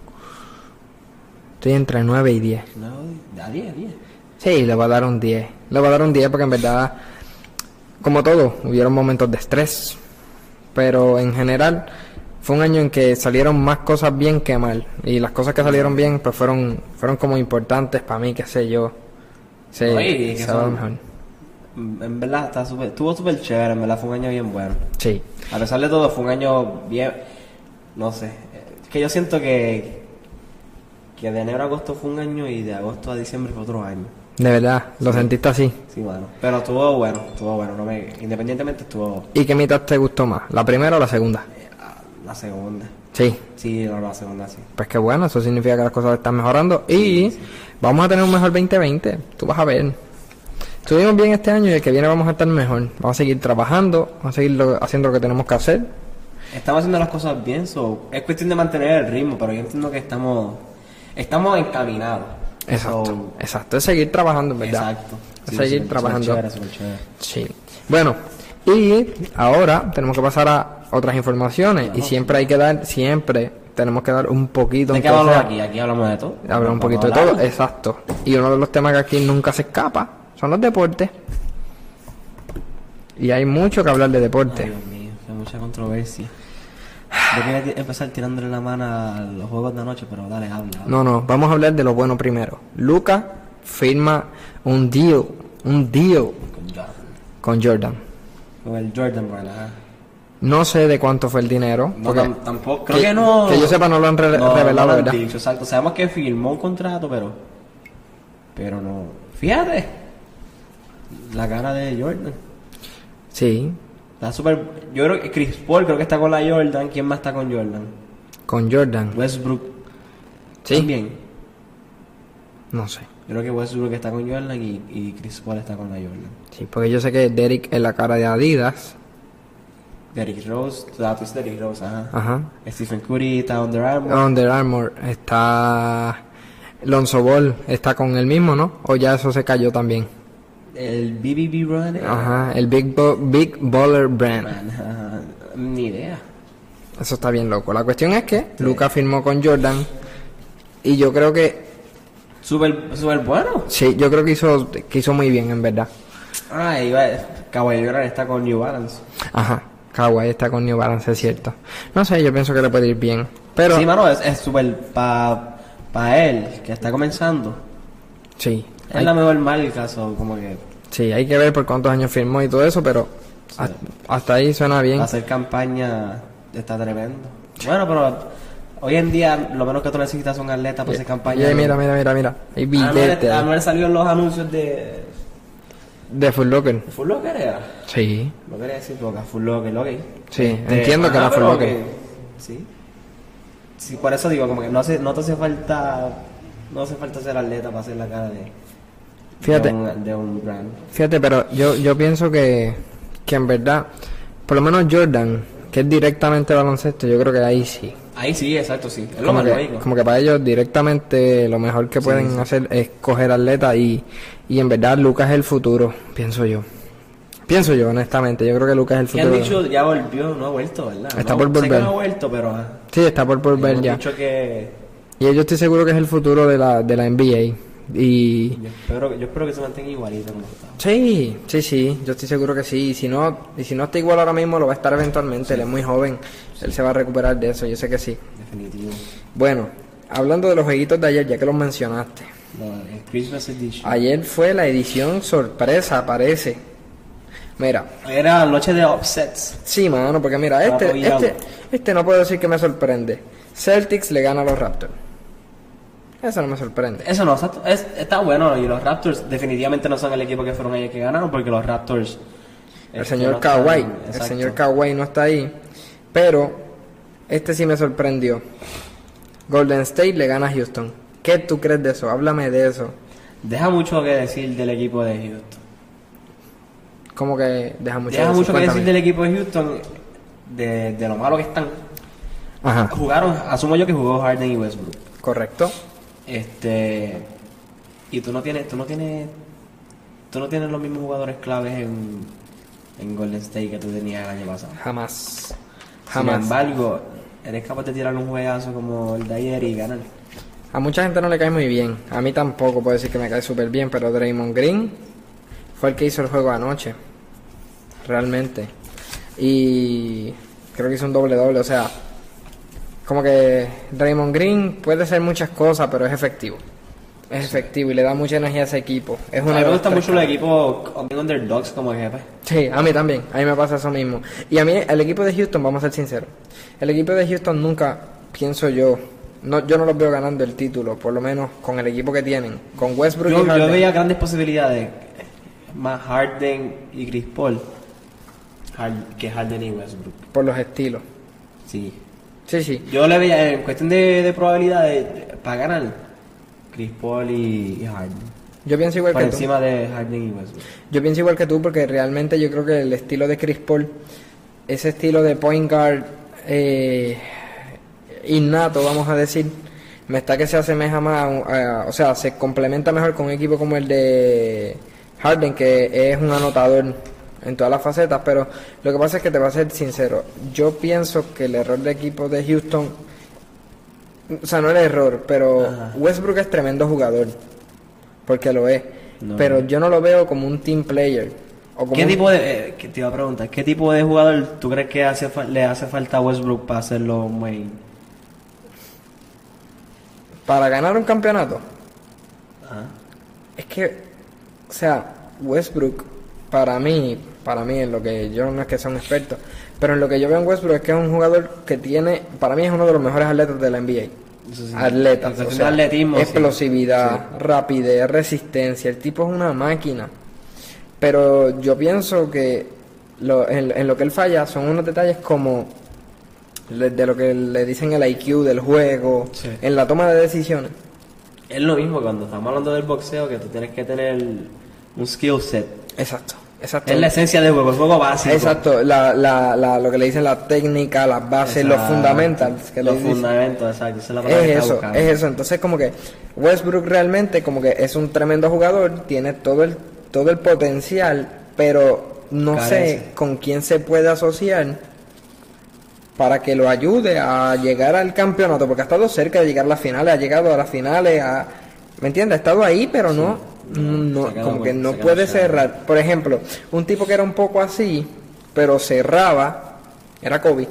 Estoy entre nueve y diez. No, a diez, a diez. Sí, le voy a dar un diez. Le voy a dar un diez porque en verdad, como todo, hubieron momentos de estrés. Pero en general, fue un año en que salieron más cosas bien que mal. Y las cosas que salieron bien, pues fueron fueron como importantes para mí, qué sé yo. Sí, Oye, que se va son- mejor. Mm, En verdad, está súper, estuvo súper chévere, en verdad fue un año bien bueno. Sí, A pesar de todo, fue un año bien, no sé, es que yo siento que, que de enero a agosto fue un año y de agosto a diciembre fue otro año. de verdad, lo sentiste así. Sí, bueno, pero estuvo bueno, estuvo bueno, no me, independientemente estuvo ¿Y qué mitad te gustó más? ¿La primera o la segunda? eh, ah, la segunda. Sí, Sí, no, la segunda sí. pues qué bueno, eso significa que las cosas están mejorando. Y vamos a tener un mejor veinte veinte, tú vas a ver. Estuvimos bien este año y el que viene vamos a estar mejor. Vamos a seguir trabajando, vamos a seguir lo- haciendo lo que tenemos que hacer. Estamos haciendo las cosas bien, so, es cuestión de mantener el ritmo, pero yo entiendo que estamos, estamos encaminados. Exacto, So, exacto, es seguir trabajando, en verdad. exacto. Es seguir súper- trabajando. súper chévere, súper chévere. Sí. Bueno, y ahora tenemos que pasar a otras informaciones y siempre hay que dar, siempre tenemos que dar un poquito. ¿De qué aunque hablamos sea, aquí? Aquí hablamos de todo. Hablar un Vamos poquito a de todo, hablar. exacto. Y uno de los temas que aquí nunca se escapa son los deportes. Y hay mucho que hablar de Ay, deporte. Dios mío, hay mucha controversia. Yo quería ti- empezar tirándole la mano a los juegos de anoche, pero dale, habla. habla. No, no, vamos a hablar de lo bueno primero. Luca firma un deal, un deal Con Jordan. con Jordan. Con el Jordan Brand, ajá. No sé de cuánto fue el dinero. No, porque tam- tampoco, creo que, no. Que yo sepa no lo han re- no, revelado, no lo han ¿verdad? dicho, exacto. Sabemos que firmó un contrato, pero. Pero no. Fíjate. La cara de Jordan. Sí, Está súper. Yo creo que Chris Paul creo que está con la Jordan. ¿Quién más está con Jordan? con Jordan. Westbrook. Sí, También. no sé. Yo creo que Westbrook está con Jordan y, y Chris Paul está con la Jordan. Sí, porque yo sé que Derek es la cara de Adidas. Derrick Rose, ah, tú dices Derrick Rose, ajá. Ajá. Stephen Curry está Under Armour. Under Armour está. Lonzo Ball está con el mismo, ¿no? O ya eso se cayó también. El B B B Run. eh. Ajá, el Big, Bo- Big Baller Brand. Man, ajá, ni idea. Eso está bien loco. La cuestión es que Luka firmó con Jordan y yo creo que, Súper, súper bueno. sí, yo creo que hizo, que hizo muy bien, en verdad. Ah, iba. Kawhi Leonard está con New Balance. Ajá, Kawhi está con New Balance, es cierto. No sé, yo pienso que le puede ir bien. Pero, Sí, mano, es es súper para pa él, que está comenzando. sí, Es hay, la mejor marca, so, como que sí, hay que ver por cuántos años firmó y todo eso, pero ha- hasta ahí suena bien. para hacer campaña está tremendo. Bueno, pero hoy en día lo menos que tú necesitas son atletas para hacer campaña. Oye, mira, mira, mira, mira. Hay billetes ahí. Anuel salió en los anuncios de De Full Locker. Full Locker era. Sí, No quería decir boca, Full Locker, ok. sí, Este, entiendo que ajá, era Full pero Locker. que- Sí. Sí, por eso digo, como que no, hace, no te hace falta. No hace falta ser atleta para hacer la cara de. Fíjate. De un, de un brand. Fíjate, pero yo, yo pienso que, que en verdad, por lo menos Jordan, que es directamente baloncesto, yo creo que ahí sí. Ahí sí, exacto, sí. Es lo Como más que, lógico. como que para ellos directamente lo mejor que pueden hacer es coger atletas y, y en verdad Lucas es el futuro, pienso yo. Pienso yo, honestamente, yo creo que Lucas es el ¿Qué han futuro. dicho? Ya volvió, no ha vuelto, ¿verdad? Está No, por sé que volver. no ha vuelto, pero. ajá. Sí, está por volver Hemos ya. dicho que. Y yo estoy seguro que es el futuro de la, de la N B A. Y Yo espero, yo espero que se mantenga igualito como está. sí, sí, sí, yo estoy seguro que sí. Y si no, y si no está igual ahora mismo, lo va a estar eventualmente. Él es muy joven, él se va a recuperar de eso, yo sé que sí. Definitivo. Bueno, hablando de los jueguitos de ayer, ya que los mencionaste. No, el Christmas Edition. Ayer fue la edición sorpresa, parece. Mira, Era noche de upsets. sí, mano, porque mira, Estaba este, apoyado. este, este no puedo decir que me sorprende. Celtics le gana a los Raptors. Eso no me sorprende. Eso no, está, es- está bueno. Y los Raptors definitivamente no son el equipo que fueron ayer que ganaron, porque los Raptors. El este, señor no están- Kawhi, el exacto. señor Kawhi no está ahí. Pero este sí me sorprendió. Golden State le gana a Houston. ¿Qué tú crees de eso? Háblame de eso. Deja mucho que decir del equipo de Houston. Como que deja mucho Deja de eso? mucho que decir Cuéntame. del equipo de Houston, de, de lo malo que están. Ajá, Jugaron, asumo yo que jugó Harden y Westbrook. correcto. Este y tú no tienes, tú no tienes, tú no tienes los mismos jugadores claves en, en Golden State que tú tenías el año pasado. Jamás. Sin Jamás. embargo, eres capaz de tirar un juegazo como el de ayer y ganar. A mucha gente no le cae muy bien. A mí tampoco puedo decir que me cae súper bien, pero Draymond Green fue el que hizo el juego anoche. Realmente. Y creo que hizo un doble doble. O sea, como que Draymond Green puede ser muchas cosas, pero es efectivo. Es efectivo y le da mucha energía a ese equipo. Es A una mí de me las gustan tres mucho los caras. equipos bien underdogs como que pues, Sí, a mí también. A mí me pasa eso mismo. Y a mí, el equipo de Houston, vamos a ser sinceros. El equipo de Houston nunca, pienso yo, no, yo no los veo ganando el título, por lo menos con el equipo que tienen. Con Westbrook yo, y Harden. yo veía grandes posibilidades más Harden y Chris Paul Hard- que Harden y Westbrook. Por los estilos. Sí. Sí, sí. Yo le veía en cuestión de, de probabilidades para ganar Chris Paul y, y Harden. Yo pienso igual Por que tú. encima de Harden y Westbrook. Yo pienso igual que tú porque realmente yo creo que el estilo de Chris Paul, ese estilo de point guard eh, innato, vamos a decir, me está que se asemeja más, a un- a- o sea, se complementa mejor con un equipo como el de Harden, que es un anotador en todas las facetas, pero lo que pasa es que te voy a ser sincero, yo pienso que el error del equipo de Houston, o sea, no el error, pero Ajá. Westbrook es tremendo jugador, porque lo es, No. pero yo no lo veo como un team player. O como ¿Qué un- tipo de, eh, que te iba a preguntar, qué tipo de jugador tú crees que hace, fa- le hace falta a Westbrook para hacerlo muy... para ganar un campeonato? Ajá. Es que, o sea, Westbrook, para mí, para mí, en lo que yo no es que sea un experto, pero en lo que yo veo en Westbrook es que es un jugador que tiene, para mí es uno de los mejores atletas de la N B A. Eso sí. Atleta, En o cuestión sea, de atletismo, sí. explosividad, rapidez, resistencia, el tipo es una máquina. Pero yo pienso que lo- en, en lo que él falla son unos detalles como le- de lo que le dicen el I Q del juego, Sí. en la toma de decisiones. Es lo mismo cuando estamos hablando del boxeo, que tú tienes que tener un skill set. Exacto, exacto. Es la esencia del juego, el juego básico. Exacto, la, la, la, lo que le dicen la técnica, las bases, los Exacto. fundamentals. Que Los le dicen. fundamentos, exacto. Esa es la palabra que Es estaba eso, buscando. es eso. Entonces como que Westbrook realmente como que es un tremendo jugador, tiene todo el todo el potencial, pero no Carece. sé con quién se puede asociar para que lo ayude a llegar al campeonato, porque ha estado cerca de llegar a las finales, ha llegado a las finales, a, ¿me entiendes? Ha estado ahí, pero no, no, se ha quedado como muy- que no se ha quedado puede chévere. cerrar. Por ejemplo, un tipo que era un poco así, pero cerraba, era Kobe.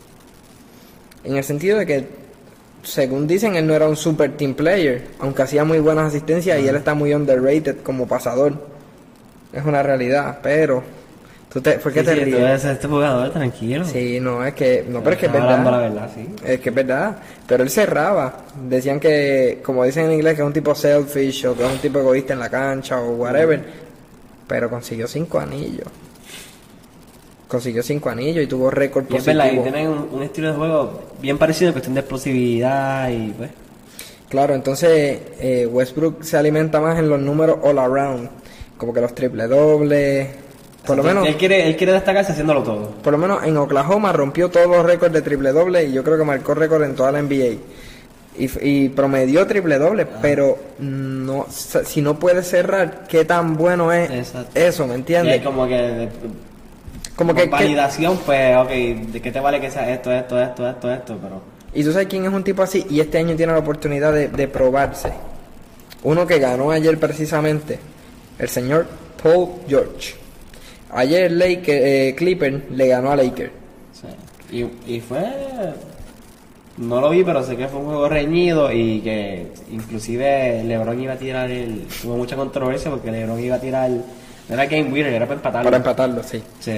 En el sentido de que, según dicen, él no era un super team player, aunque hacía muy buenas asistencias y él está muy underrated como pasador. Es una realidad, pero... ¿Tú te, ¿Por qué Sí, te sí, tú ríes? eres este jugador, tranquilo. Sí, no, es que... No, pero es que es Estás hablando la verdad. verdad, sí. Es que es verdad. Pero él cerraba. Decían que, como dicen en inglés, que es un tipo selfish o que es un tipo egoísta en la cancha o whatever. Pero consiguió cinco anillos. Consiguió cinco anillos y tuvo récord Y es verdad, y positivo. tienen un, un estilo de juego bien parecido en cuestión de explosividad y pues... Claro, entonces eh, Westbrook se alimenta más en los números all around. Como que los triple dobles. Por lo Exacto. menos... Él quiere, él quiere destacarse haciéndolo todo. Por lo menos en Oklahoma rompió todos los récords de triple doble y yo creo que marcó récord en toda la N B A. Y, y promedió triple doble, pero no, si no puede cerrar, ¿qué tan bueno es Exacto. eso? ¿Me Y hay entiendes? como que... de- Como que, que- validación, pues, ok, ¿de qué te vale que sea esto, esto, esto, esto, esto? Pero... Y tú sabes quién es un tipo así y este año tiene la oportunidad de, de probarse. Uno que ganó ayer precisamente, el señor Paul George. Ayer Laker, eh, Clipper le ganó a Lakers. Sí. Y, y fue... No lo vi, pero sé que fue un juego reñido y que inclusive LeBron iba a tirar el... Tuvo mucha controversia porque LeBron iba a tirar... No era game winner, era para empatarlo. Para empatarlo, sí. Sí.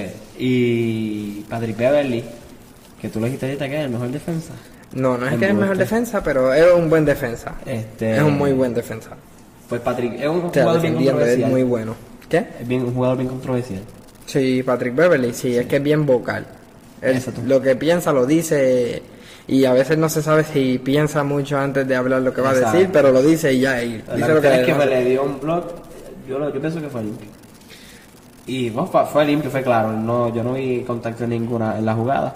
Y Patrick Beverly, que tú lo dijiste ahorita que es el mejor defensa. No, no es En que es el mejor Boston. defensa, pero es un buen defensa. Este... Es un muy buen defensa. Pues Patrick es un O sea, jugador bien defendiendo es controversial. muy bueno. ¿Qué? Es bien, un jugador bien controversial. Sí, Patrick Beverly, sí, es que es bien vocal. Él Exacto. lo que piensa lo dice y a veces no se sabe si piensa mucho antes de hablar lo que va a Exacto. decir, pero lo dice y ya, y La dice lo que cuestión es que le me nace. le dio un blog, yo, lo- yo pienso que fue limpio. Y bueno, fue, fue limpio, fue claro, no, yo no vi contacto ninguna en la jugada.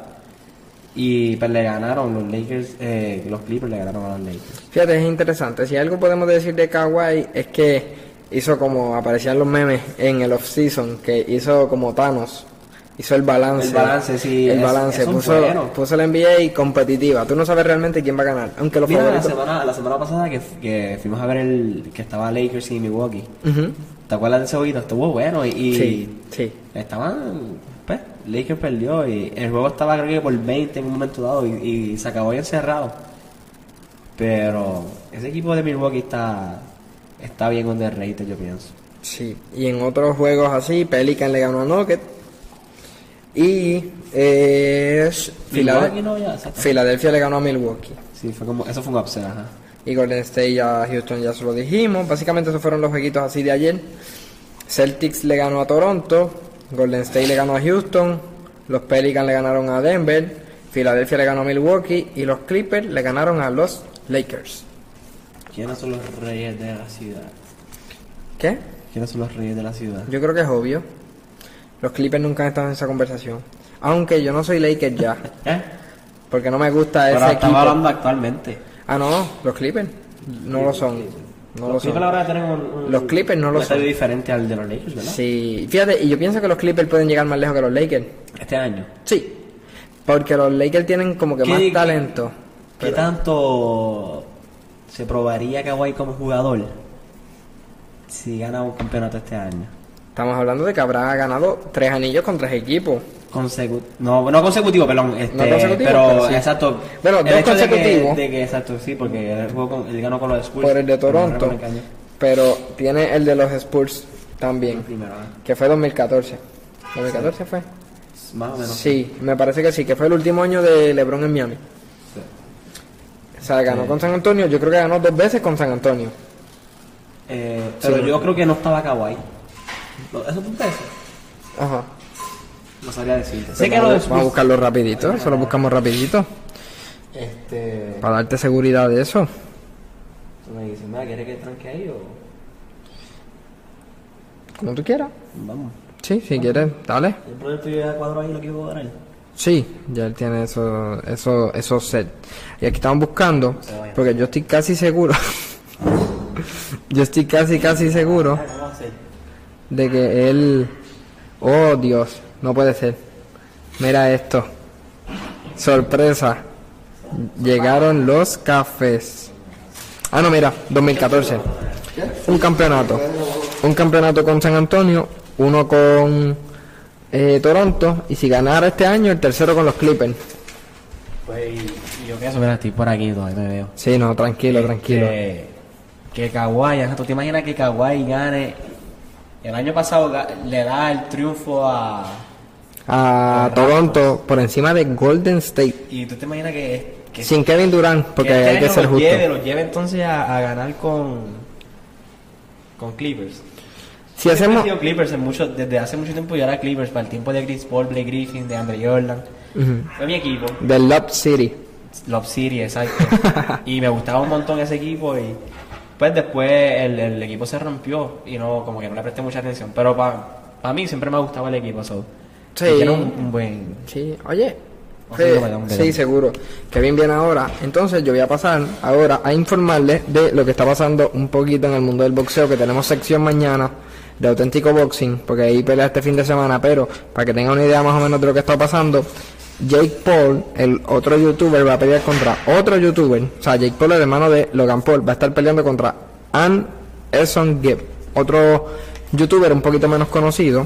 Y pues le ganaron los Lakers, eh, los Clippers le ganaron a los Lakers. Fíjate, es interesante. Si algo podemos decir de Kawhi es que hizo como aparecían los memes en el off-season, que hizo como Thanos. Hizo el balance. El balance, sí, El es- balance. eso es Puso, bueno. puso la N B A competitiva. Tú no sabes realmente quién va a ganar. Aunque los Mira, la favoritos... semana, la semana pasada que, que fuimos a ver el que estaba Lakers y Milwaukee. Ujú. ¿Te acuerdas de ese jueguito? Estuvo bueno y, y Sí, sí. estaban, pues, Lakers perdió y el juego estaba creo que por veinte en un momento dado y, y se acabó bien cerrado. Pero ese equipo de Milwaukee está, está bien underrated, yo pienso. Sí, y en otros juegos así, Pelican le ganó a Nuggets. Y eh, Filade- Milwaukee no, ya, exacto. Filadelfia le ganó a Milwaukee. Sí, fue como, eso fue un upset, ajá. Y Golden State a Houston ya se lo dijimos. Básicamente esos fueron los jueguitos así de ayer. Celtics le ganó a Toronto. Golden State le ganó a Houston. Los Pelicans le ganaron a Denver. Filadelfia le ganó a Milwaukee. Y los Clippers le ganaron a los Lakers. ¿Quiénes son los reyes de la ciudad? ¿Qué? ¿Quiénes son los reyes de la ciudad? Yo creo que es obvio. Los Clippers nunca han estado en esa conversación. Aunque yo no soy Lakers ya. ¿Eh? Porque no me gusta Pero ese estamos equipo. hablando actualmente. Ah, no, los Clippers no lo son. No lo los Clippers son. ahora tienen un, un- Los Clippers no lo un estadio son. diferente al de los Lakers, ¿verdad? Sí, fíjate, y yo pienso que los Clippers pueden llegar más lejos que los Lakers. Este año. Sí, porque los Lakers tienen como que ¿Qué- más qué- talento. ¿Qué pero- tanto se probaría Kawhi como jugador si gana un campeonato este año? Estamos hablando de que habrá ganado tres anillos con tres equipos. Consecu no, no consecutivo, perdón. Este, No consecutivo, pero, pero sí. exacto. Bueno, El dos hecho de que- consecutivos. De que, exacto, sí, porque él, jugó con, él ganó con los Spurs. Por el de pero no Toronto. recuerdo en qué año. Pero tiene el de los Spurs también, Primero, ¿eh? que fue dos mil catorce. ¿dos mil catorce fue? Más o menos. Sí, me parece que sí, que fue el último año de LeBron en Miami. Sí. O sea, ganó Sí. con San Antonio, yo creo que ganó dos veces con San Antonio. Eh, pero Sí. yo creo que no estaba Kawhi. Lo- ¿Eso tú pensas? Ajá. No sabría decirte. Sé que vamos, lo de vamos a Spurs- buscarlo rapidito, eso lo buscamos rapidito. Este. Para darte seguridad de eso. Tú me dices, mira, ¿quieres que tranque ahí o.? Como tú quieras. Vamos. Sí, si quieres, dale. El proyecto ya cuadro ahí lo quiero cuadrar. Sí, ya él tiene eso, eso, esos set. Y aquí estamos buscando, porque yo estoy casi seguro. Yo estoy casi, casi seguro ¿Qué vamos a hacer? de que él... Oh, Dios, no puede ser. Mira esto. Sorpresa. Llegaron los Cafés. Ah, no, mira, dos mil catorce. Un campeonato. Un campeonato con San Antonio, uno con eh, Toronto, y si ganara este año, el tercero con los Clippers. Pues, y yo pienso, mira, estoy por aquí todavía me veo. Sí, no, tranquilo, tranquilo. Que, que Kawhi, ajá, ¿tú te imaginas que Kawhi gane? El año pasado ga- le da el triunfo a... A Los Toronto Raptors. por encima de Golden State. Y tú te imaginas que... que Sin Kevin Durant, porque este hay que año ser los justo. Lleve, los lleve entonces a, a ganar con... Con Clippers. Si Siempre hacemos... han sido Clippers en mucho, desde hace mucho tiempo y ahora Clippers, para el tiempo de Chris Paul, Blake Griffin, de Andre Jordan. Ujú. Fue mi equipo. The Love City. Love City, exacto. Y me gustaba un montón ese equipo y pues después el, el equipo se rompió y no, como que no le presté mucha atención. Pero para mí siempre me ha gustado el equipo, so. Sí. Y tiene un, un buen... Sí, oye. Oh, Sí, sí, no, perdón, perdón. sí, seguro. Kevin viene ahora. Entonces yo voy a pasar ahora a informarles de lo que está pasando un poquito en el mundo del boxeo, que tenemos sección mañana de Auténtico Boxing, porque ahí pelea este fin de semana, pero para que tengan una idea más o menos de lo que está pasando, Jake Paul, el otro youtuber, va a pelear contra otro youtuber. O sea, Jake Paul, el hermano de Logan Paul, va a estar peleando contra Ann Eson Gibb, otro youtuber un poquito menos conocido,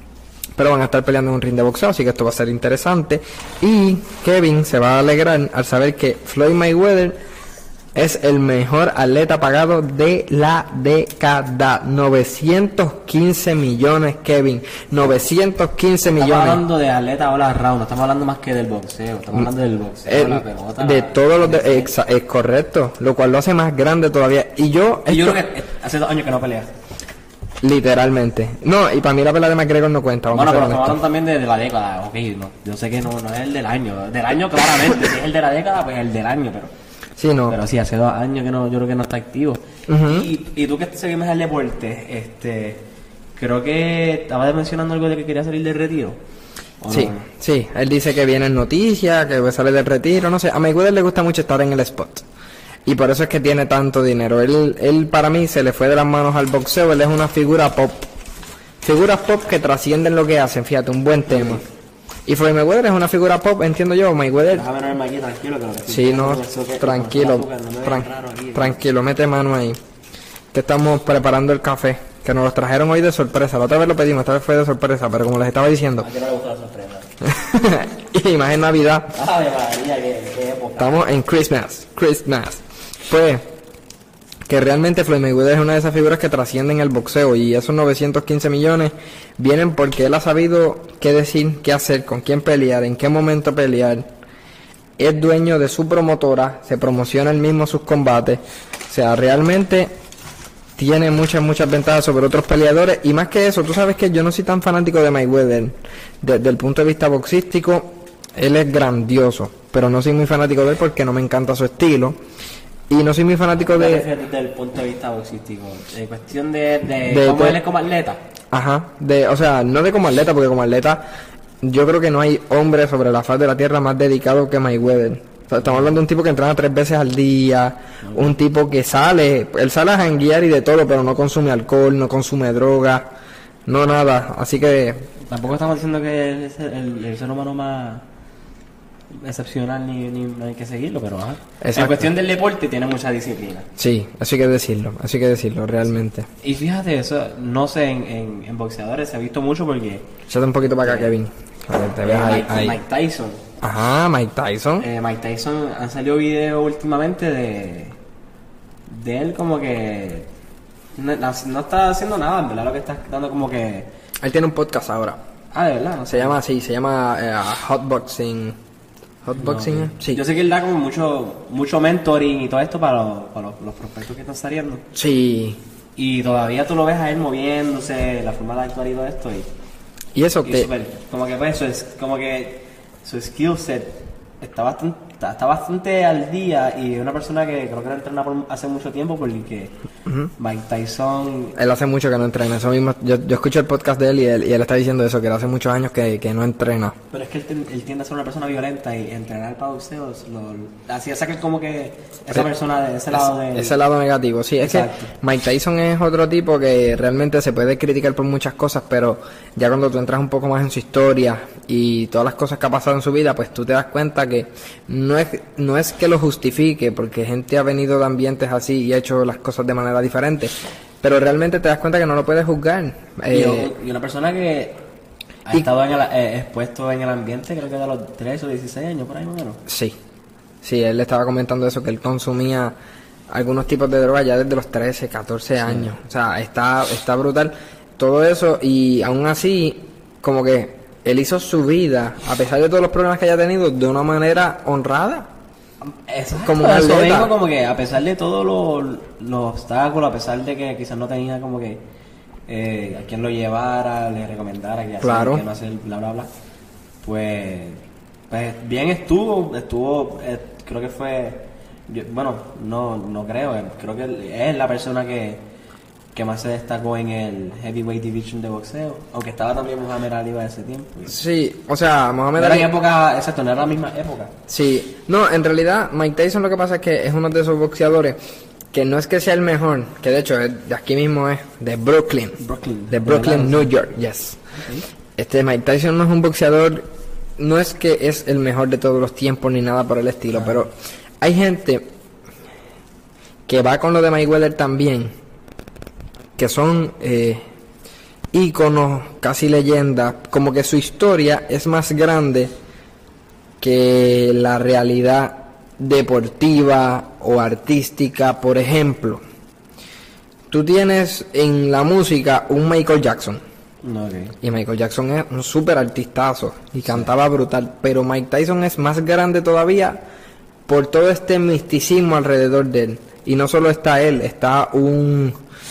pero van a estar peleando en un ring de boxeo, así que esto va a ser interesante. Y Kevin se va a alegrar al saber que Floyd Mayweather es el mejor atleta pagado de la década. novecientos quince millones, Kevin. novecientos quince Estamos millones. hablando de atleta all round, no estamos hablando más que del boxeo, estamos hablando del boxeo, Eh, la pelota. de la- todos los... De, exa- es correcto. Lo cual lo hace más grande todavía. Y yo... Y yo esto- creo que hace dos años que no pelea. literalmente. No, y para mí la pelea de McGregor no cuenta. Vamos Bueno, a ser pero estamos honestos. hablando también de, de la década, ok, no, yo sé que no, no es el del año, del año claramente, si es el de la década, pues el del año, pero... Sí, no. Pero sí, hace dos años que no, yo creo que no está activo. Ujú. y, y tú que seguimos el deporte, este, creo que estabas mencionando algo de que quería salir del retiro. ¿O Sí, no? sí, él dice que vienen noticias, que sale del retiro, no sé. A Mayweather le gusta mucho estar en el spot. Y por eso es que tiene tanto dinero. Él, él para mí se le fue de las manos al boxeo, él es una figura pop. Figuras pop que trascienden lo que hacen, fíjate, un buen tema. Y Floyd Mayweather es una figura pop, entiendo yo, Mayweather. Déjame verme aquí, tranquilo. Que lo que estoy Sí, no, viendo es eso que- tranquilo, con el azúcar, no me tran- veas raro aquí. tranquilo, mete mano ahí. Que estamos preparando el café, que nos lo trajeron hoy de sorpresa. La otra vez lo pedimos, esta vez fue de sorpresa, pero como les estaba diciendo, ¿A quién no le gusta la sorpresa? y más en Navidad, Ay, María, qué, qué época. estamos en Christmas, Christmas. Pues, que realmente Floyd Mayweather es una de esas figuras que trascienden el boxeo, y esos novecientos quince millones vienen porque él ha sabido qué decir, qué hacer, con quién pelear, en qué momento pelear. Es dueño de su promotora, se promociona él mismo sus combates. O sea, realmente tiene muchas, muchas ventajas sobre otros peleadores. Y más que eso, tú sabes que yo no soy tan fanático de Mayweather. Desde el punto de vista boxístico, él es grandioso, pero no soy muy fanático de él porque no me encanta su estilo. Y no soy muy fanático ¿Qué te de... refieres desde el punto de vista boxístico? En cuestión de, de, De- cómo de- él es como atleta. Ajá, de, o sea, no de como atleta, porque como atleta yo creo que no hay hombre sobre la faz de la tierra más dedicado que Mayweather. O sea, estamos hablando de un tipo que entrena tres veces al día, un tipo que sale, él sale a janguear y de todo, pero no consume alcohol, no consume droga, no nada, así que Tampoco estamos diciendo que él es el, el- el ser humano más excepcional ni, ni no hay que seguirlo, pero ajá. Exacto. En cuestión del deporte tiene mucha disciplina. sí, eso hay que decirlo, eso hay que decirlo, realmente. Y fíjate, eso no sé, en, en, en boxeadores se ha visto mucho porque Échate un poquito para acá, Kevin, para que te eh, veas ahí, Mike, ahí. Mike Tyson. Ajá, Mike Tyson. Eh, Mike Tyson han salido videos últimamente de de él como que no, no- no está haciendo nada, en verdad lo que está dando como que Él tiene un podcast ahora. ah, de verdad, no sé. Se llama así, se llama eh, Hotboxing. Hotboxing, ¿eh? Sí. Yo sé que él da como mucho mucho mentoring y todo esto para los, para los, los prospectos que están saliendo. Sí. Y todavía tú lo ves a él moviéndose, la forma de actuar y todo esto. Y, Y eso y te... súper- como que pues, eso es, como que su skill set está bastante, está, está bastante al día y es una persona que creo que no entrena por hace mucho tiempo porque uh-huh. Mike Tyson... Él hace mucho que no entrena, eso mismo, yo, yo escuché el podcast de él y él, y él está diciendo eso, que él hace muchos años que, que no entrena. Pero es que él, él tiende a ser una persona violenta y entrenar para boxeo lo, así es que como que esa Pero, persona de ese lado de... Ese lado negativo, sí, Exacto. es que Mike Tyson es otro tipo que realmente se puede criticar por muchas cosas, pero ya cuando tú entras un poco más en su historia y todas las cosas que ha pasado en su vida, pues tú te das cuenta que no es no es que lo justifique, porque gente ha venido de ambientes así y ha hecho las cosas de manera diferente, pero realmente te das cuenta que no lo puedes juzgar. Eh, y, y una persona que ha y, estado en el, eh, expuesto en el ambiente, creo que de los tres o dieciséis años, por ahí más o menos. Sí, sí, él le estaba comentando eso, que él consumía algunos tipos de drogas ya desde los trece, catorce sí. años. O sea, está, está brutal todo eso y aún así, como que él hizo su vida, a pesar de todos los problemas que haya tenido, de una manera honrada. Exacto, como eso mismo, como que a pesar de todos los, los obstáculos, a pesar de que quizás no tenía como que eh, a quien lo llevara, le recomendara que claro. hacer, que no hacer, bla, bla, bla, pues, pues bien estuvo, estuvo, eh, creo que fue, yo, bueno, no no creo, creo que es la persona que que más se destacó en el Heavyweight Division de boxeo, aunque estaba también Muhammad Ali a ese tiempo. Sí, o sea, Muhammad Ali... Ali... No era en época, exacto, no era la misma época. Sí, no, en realidad Mike Tyson lo que pasa es que es uno de esos boxeadores que no es que sea el mejor, que de hecho es, de aquí mismo es, de Brooklyn. Brooklyn. De Brooklyn, New York, yes. Okay. Este Mike Tyson no es un boxeador, no es que es el mejor de todos los tiempos ni nada por el estilo, ah. pero hay gente que va con lo de Mayweather también, que son eh, íconos, casi leyendas, como que su historia es más grande que la realidad deportiva o artística. Por ejemplo, tú tienes en la música un Michael Jackson, okay. y Michael Jackson es un súper artistazo y cantaba sí. brutal, pero Mike Tyson es más grande todavía por todo este misticismo alrededor de él, y no solo está él, está un...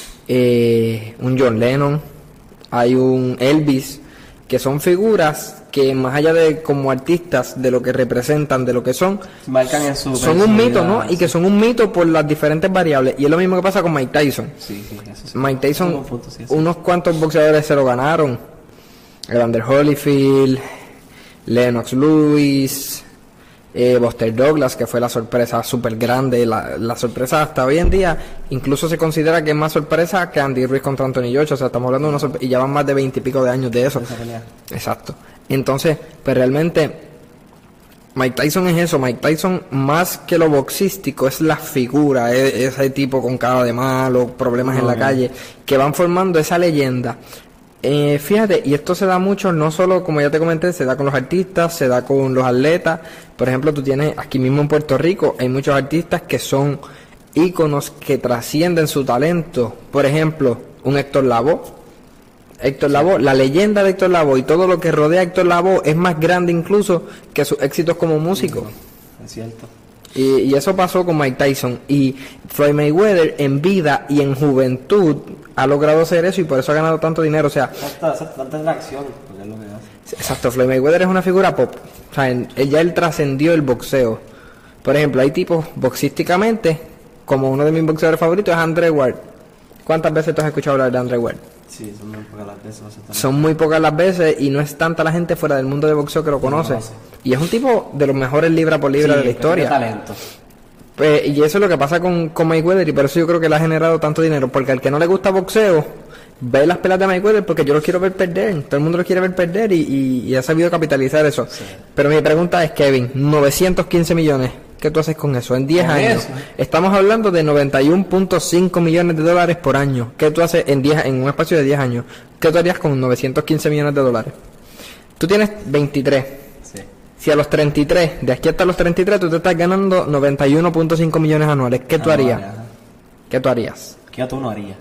Eh, un John Lennon, hay un Elvis, que son figuras que más allá de como artistas, de lo que representan, de lo que son, marcan en su son un mito, ¿no? Sí. Y que son un mito por las diferentes variables. Y es lo mismo que pasa con Mike Tyson. Sí, sí, eso sí. Mike Tyson, un punto, sí, unos cuantos boxeadores se lo ganaron. Evander Holyfield, Lennox Lewis, eh, Buster Douglas, que fue la sorpresa súper grande, la, la sorpresa hasta hoy en día, incluso se considera que es más sorpresa que Andy Ruiz contra Anthony Joshua, o sea, estamos hablando de una sorpresa, y ya van más de veinte y pico de años de eso. Exacto. Entonces, pues realmente, Mike Tyson es eso, Mike Tyson más que lo boxístico es la figura, es, ese tipo con cara de malo, problemas no, en la no. calle, que van formando esa leyenda. Eh, fíjate, y esto se da mucho, no solo, como ya te comenté, se da con los artistas, se da con los atletas. Por ejemplo, tú tienes aquí mismo en Puerto Rico, hay muchos artistas que son íconos que trascienden su talento. Por ejemplo, un Héctor Lavoe. Héctor Lavoe, la leyenda de Héctor Lavoe y todo lo que rodea a Héctor Lavoe es más grande incluso que sus éxitos como músico. Es cierto. Y, y eso pasó con Mike Tyson. Y Floyd Mayweather en vida y en juventud ha logrado hacer eso y por eso ha ganado tanto dinero. O sea, tanta atracción, porque es lo que hace. Exacto, Floyd Mayweather es una figura pop. O sea, él, ya él trascendió el boxeo. Por ejemplo, hay tipos boxísticamente, como uno de mis boxeadores favoritos es Andre Ward. ¿Cuántas veces tú has escuchado hablar de Andre Ward? Sí, son muy pocas las veces. Son muy pocas las veces y no es tanta la gente fuera del mundo de boxeo que lo conoce. conoce. Y es un tipo de los mejores libra por libra sí, de la historia. Talento. Pues, y eso es lo que pasa con, con Mayweather y por eso yo creo que le ha generado tanto dinero. Porque al que no le gusta boxeo, ve las peleas de Mayweather porque yo los quiero ver perder. Todo el mundo los quiere ver perder y, y, y ha sabido capitalizar eso. Sí. Pero mi pregunta es, Kevin, novecientos quince millones. ¿Qué tú haces con eso? En diez años. Eso? Estamos hablando de noventa y uno punto cinco millones de dólares por año. ¿Qué tú haces en diez, en un espacio de diez años? ¿Qué tú harías con novecientos quince millones de dólares? Tú tienes veintitrés. Sí. Si a los treinta y tres, de aquí hasta los treinta y tres, tú te estás ganando noventa y uno punto cinco millones anuales. ¿Qué tú harías? Anuales, ¿Qué tú harías? ¿Qué tú no harías?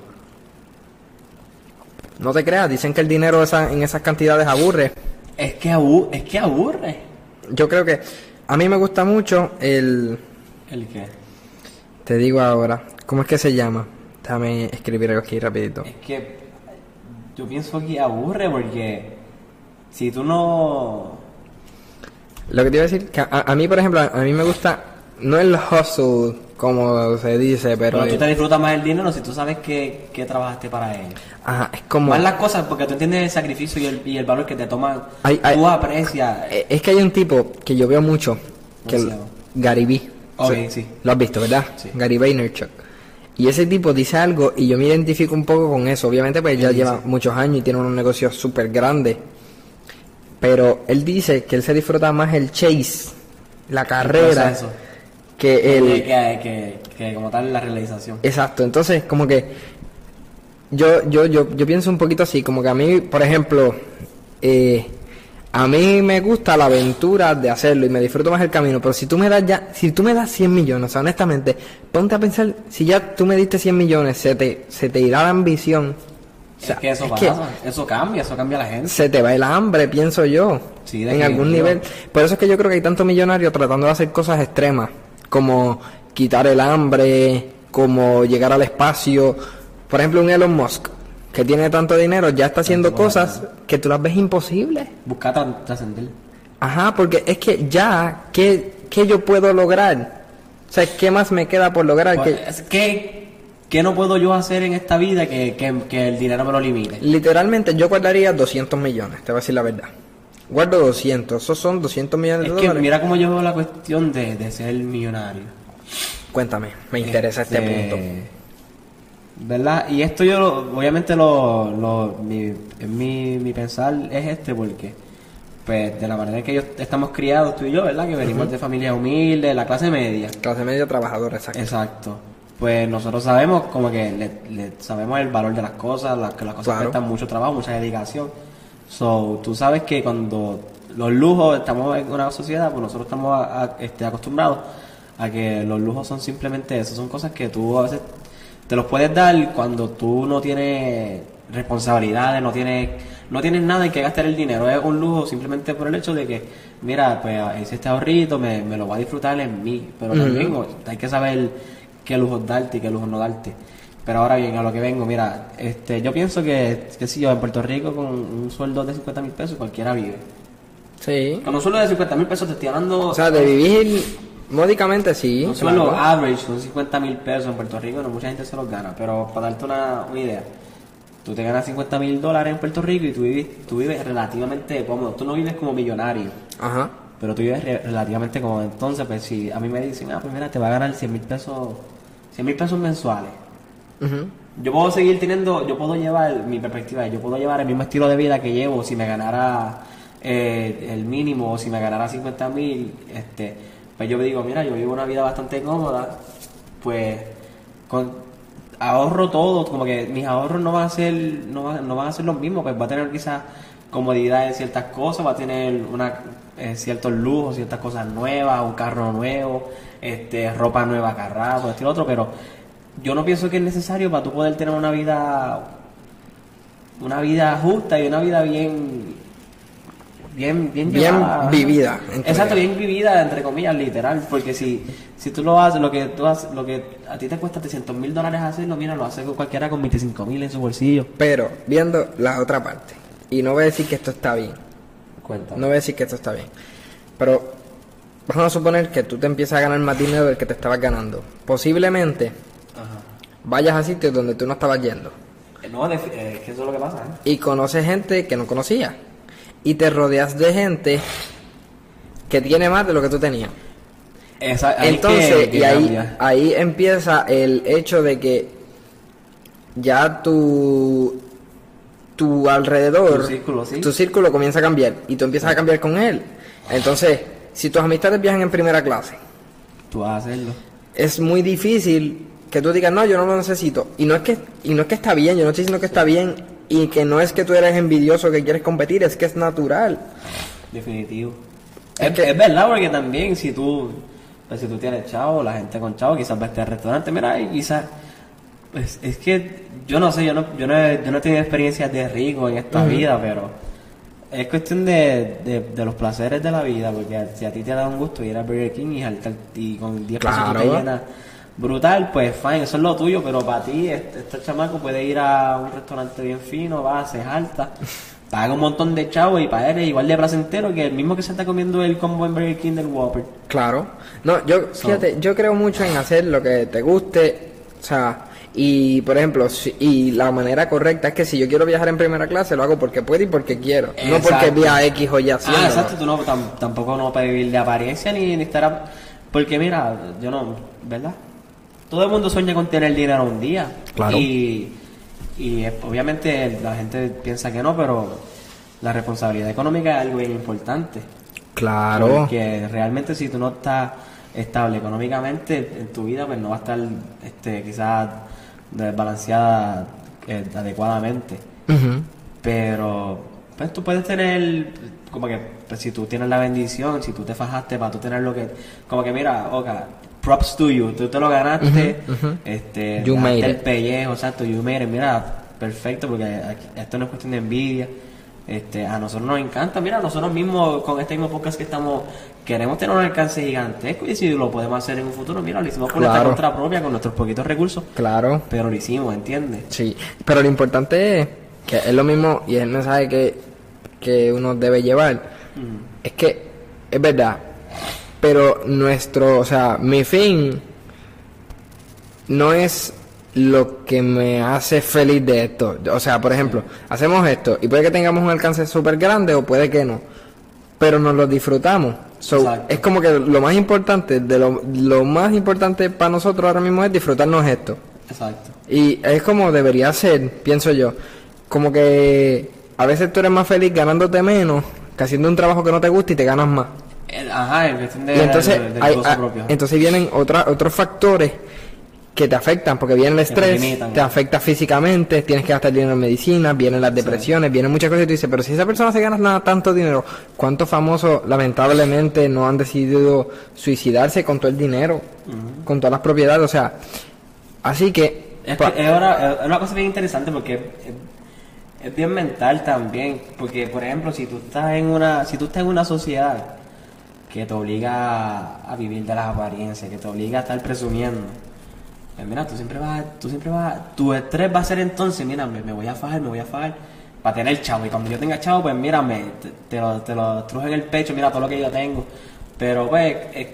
No te creas, dicen que el dinero esa, en esas cantidades aburre. Es que, abu es que aburre. Yo creo que a mí me gusta mucho el... ¿El qué? Te digo ahora, ¿cómo es que se llama? Déjame escribir algo aquí rapidito. Es que yo pienso que aburre porque si tú no... Lo que te iba a decir, que a, a mí, por ejemplo, a, a mí me gusta, no el hustle, como se dice, pero... Pero tú te disfrutas más el dinero si tú sabes que, que trabajaste para él. Ajá, es como... Más las cosas, porque tú entiendes el sacrificio y el, y el valor que te toma. Hay- hay- Tú aprecias. Eh, Es que hay un tipo que yo veo mucho, que ¿Cómo el- se llama? Gary Vee. Ok, Sí. sí. Lo has visto, ¿verdad? Sí. Gary Vaynerchuk. Y ese tipo dice algo y yo me identifico un poco con eso. Obviamente pues ya Él lleva dice. muchos años y tiene unos negocios súper grandes. Pero él dice que él se disfruta más el chase, la carrera, proceso. que Que, el... que, que, que como tal la realización. Exacto, entonces como que yo, yo, yo, yo pienso un poquito así, como que a mí, por ejemplo, eh, a mí me gusta la aventura de hacerlo y me disfruto más el camino, pero si tú me das ya, si tú me das cien millones, o sea, honestamente, ponte a pensar, si ya tú me diste cien millones, se te, se te irá la ambición, o sea, es que eso es pasa, eso cambia, eso cambia a la gente. se te va el hambre, pienso yo, Sí, en algún definitivo. nivel. Por eso es que yo creo que hay tantos millonarios tratando de hacer cosas extremas, como quitar el hambre, como llegar al espacio. Por ejemplo, un Elon Musk, que tiene tanto dinero, ya está haciendo Tanto cosas que tú las ves imposibles. Buscar tra- trascender. Ajá, porque es que ya, ¿qué, qué yo puedo lograr? O sea, ¿qué más me queda por lograr? Pues, Que es que, ¿qué no puedo yo hacer en esta vida que, que, que el dinero me lo limite? literalmente yo guardaría doscientos millones, te voy a decir la verdad. Guardo doscientos, esos son doscientos millones Es de que dólares. mira cómo yo veo la cuestión de, de ser millonario. Cuéntame, me interesa este punto. ¿Verdad? Y esto yo, lo- obviamente, lo, lo, mi, en mi, mi pensar es este, porque, pues, de la manera en que yo estamos criados, tú y yo, ¿verdad? Que venimos de familias humildes, la clase media. Clase media trabajadora, exacto. Exacto. Pues nosotros sabemos, como que le, le sabemos el valor de las cosas, las, que las cosas Claro. cuestan mucho trabajo, mucha dedicación. So, tú sabes que cuando los lujos, estamos en una sociedad, pues nosotros estamos a- a- este, acostumbrados a que los lujos son simplemente eso, son cosas que tú a veces te los puedes dar cuando tú no tienes responsabilidades, no tienes no tienes nada en que gastar el dinero, es un lujo simplemente por el hecho de que, mira, pues hice este ahorrito, me, me lo voy a disfrutar en mí, pero Ujú. también o- hay que saber qué lujos darte y qué lujos no darte. Pero ahora bien, a lo que vengo, mira, este, yo pienso que, que si yo en Puerto Rico con un sueldo de cincuenta mil pesos cualquiera vive. Sí. Con un sueldo de cincuenta mil pesos te estoy hablando... O sea, de vivir módicamente sí. un sueldo claro. average con cincuenta mil pesos en Puerto Rico, no mucha gente se los gana, pero para darte una, una idea, tú te ganas cincuenta mil dólares en Puerto Rico y tú vives, tú vives relativamente cómodo, tú no vives como millonario, Ajá. pero tú vives re- relativamente cómodo. Entonces, pues si a mí me dicen, ah, pues mira, te va a ganar cien mil pesos, cien mil pesos mensuales, Ujú. yo puedo seguir teniendo, yo puedo llevar, mi perspectiva, yo puedo llevar el mismo estilo de vida que llevo si me ganara eh, el mínimo o si me ganara cincuenta mil, este, pues yo digo, mira, yo vivo una vida bastante cómoda, pues con, ahorro todo, como que mis ahorros no van a ser, no, va- no van a ser los mismos, pues va a tener quizás comodidad en ciertas cosas, va a tener una, eh, ciertos lujos, ciertas cosas nuevas, un carro nuevo, este, ropa nueva cada rato, esto y lo otro, pero yo no pienso que es necesario para tú poder tener una vida una vida justa y una vida bien bien bien, Bien llevada. vivida, entre- Exacto, bien vivida entre comillas, literal, porque si si tú lo haces, lo que tú haces, lo que a ti te cuesta trescientos mil dólares hacerlo, mira, lo hace cualquiera con veinticinco mil en su bolsillo. Pero viendo la otra parte, y no voy a decir que esto está bien, Cuéntame. no voy a decir que esto está bien, pero vamos a suponer que tú te empiezas a ganar más dinero del que te estabas ganando. Posiblemente Ajá. vayas a sitios donde tú no estabas yendo Eh, No, de- eh, que eso es lo que pasa, ¿eh? y conoces gente que no conocías y te rodeas de gente que tiene más de lo que tú tenías. Esa- ahí Entonces, que- que y ahí, cambia. ahí empieza el hecho de que ya tu, tu alrededor, Tu círculo, sí. tu círculo comienza a cambiar y tú empiezas a cambiar con él. Entonces, si tus amistades viajan en primera clase, Tú vas a hacerlo. es muy difícil que tú digas, no, yo no lo necesito. Y no es que, y no es que está bien, yo no estoy diciendo que está bien y que no es que tú eres envidioso que quieres competir, es que es natural. Definitivo. Es Es, que- es verdad, porque también si tú, pues, si tú tienes chavo, la gente con chavo, quizás va a estar al restaurante, mira, y quizás, pues, es que yo no sé, yo no, yo no he, yo no he tenido experiencias de rico en esta Ujú. vida, pero es cuestión de, de, de los placeres de la vida, porque si a ti te da un gusto ir a Burger King y, jaltar- y con diez pesos tú te Claro. llenas brutal, pues fine, eso es lo tuyo, pero para ti, este, este chamaco puede ir a un restaurante bien fino, va, se jalta, paga un montón de chavos y para él es igual de placentero que el mismo que se está comiendo el combo en Burger King del Whopper. Claro. No, yo, fíjate, so, yo creo mucho en hacer lo que te guste, o sea, y por ejemplo, si, y la manera correcta es que si yo quiero viajar en primera clase, lo hago porque puedo y porque quiero, exacto. No porque vía X o Y haciendo. Ah, exacto, tú no, tam, tampoco no puedes vivir de apariencia ni, ni estar, a, porque mira, yo no, ¿verdad? Todo el mundo sueña con tener dinero un día. Claro. Y, y obviamente la gente piensa que no, pero la responsabilidad económica es algo bien importante. Claro. Porque realmente si tú no estás estable económicamente en tu vida, pues no va a estar este, quizás balanceada eh, adecuadamente. Uh-huh. Pero pues tú puedes tener, como que pues, si tú tienes la bendición, si tú te fajaste para tú tener lo que, como que mira, Oka, props to you, tú te lo ganaste, uh-huh, uh-huh. este, you made el it. pellejo, exacto, you made it, mira, perfecto, porque aquí, esto no es cuestión de envidia. Este, a nosotros nos encanta, mira, nosotros mismos con este mismo podcast que estamos, queremos tener un alcance gigantesco y si lo podemos hacer en un futuro, mira, lo hicimos por claro. nuestra contra propia, con nuestros poquitos recursos. Claro. Pero lo hicimos, ¿entiendes? Sí, pero lo importante es que es lo mismo y es el mensaje que, que uno debe llevar. Mm. Es que, es verdad, pero nuestro, o sea, mi fin no es lo que me hace feliz de esto. O sea, por ejemplo, sí. hacemos esto y puede que tengamos un alcance súper grande o puede que no, pero nos lo disfrutamos. So, es como que lo más importante, de lo, lo más importante para nosotros ahora mismo es disfrutarnos esto. Exacto. Y es como debería ser, pienso yo, como que a veces tú eres más feliz ganándote menos que haciendo un trabajo que no te gusta y te ganas más. Ajá, en cuestión de, y entonces, del, del hay, gozo a, propio. entonces vienen otra, otros factores que te afectan, porque viene el estrés, te, te afecta físicamente, tienes que gastar dinero en medicina, vienen las depresiones, sí. vienen muchas cosas y tú dices, pero si esa persona se gana nada, tanto dinero, ¿cuántos famosos lamentablemente no han decidido suicidarse con todo el dinero, uh-huh. con todas las propiedades? O sea, así que... Es, que es, una, es una cosa bien interesante porque es, es bien mental también, porque por ejemplo, si tú estás en una, si tú estás en una sociedad que te obliga a vivir de las apariencias, que te obliga a estar presumiendo, pues mira, tú siempre vas, tú siempre vas, tu estrés va a ser entonces, mira, me, me voy a fajar, me voy a fajar para tener chavo, y cuando yo tenga chavo, pues mírame, te, te lo, te lo truje en el pecho, mira todo lo que yo tengo, pero pues, es,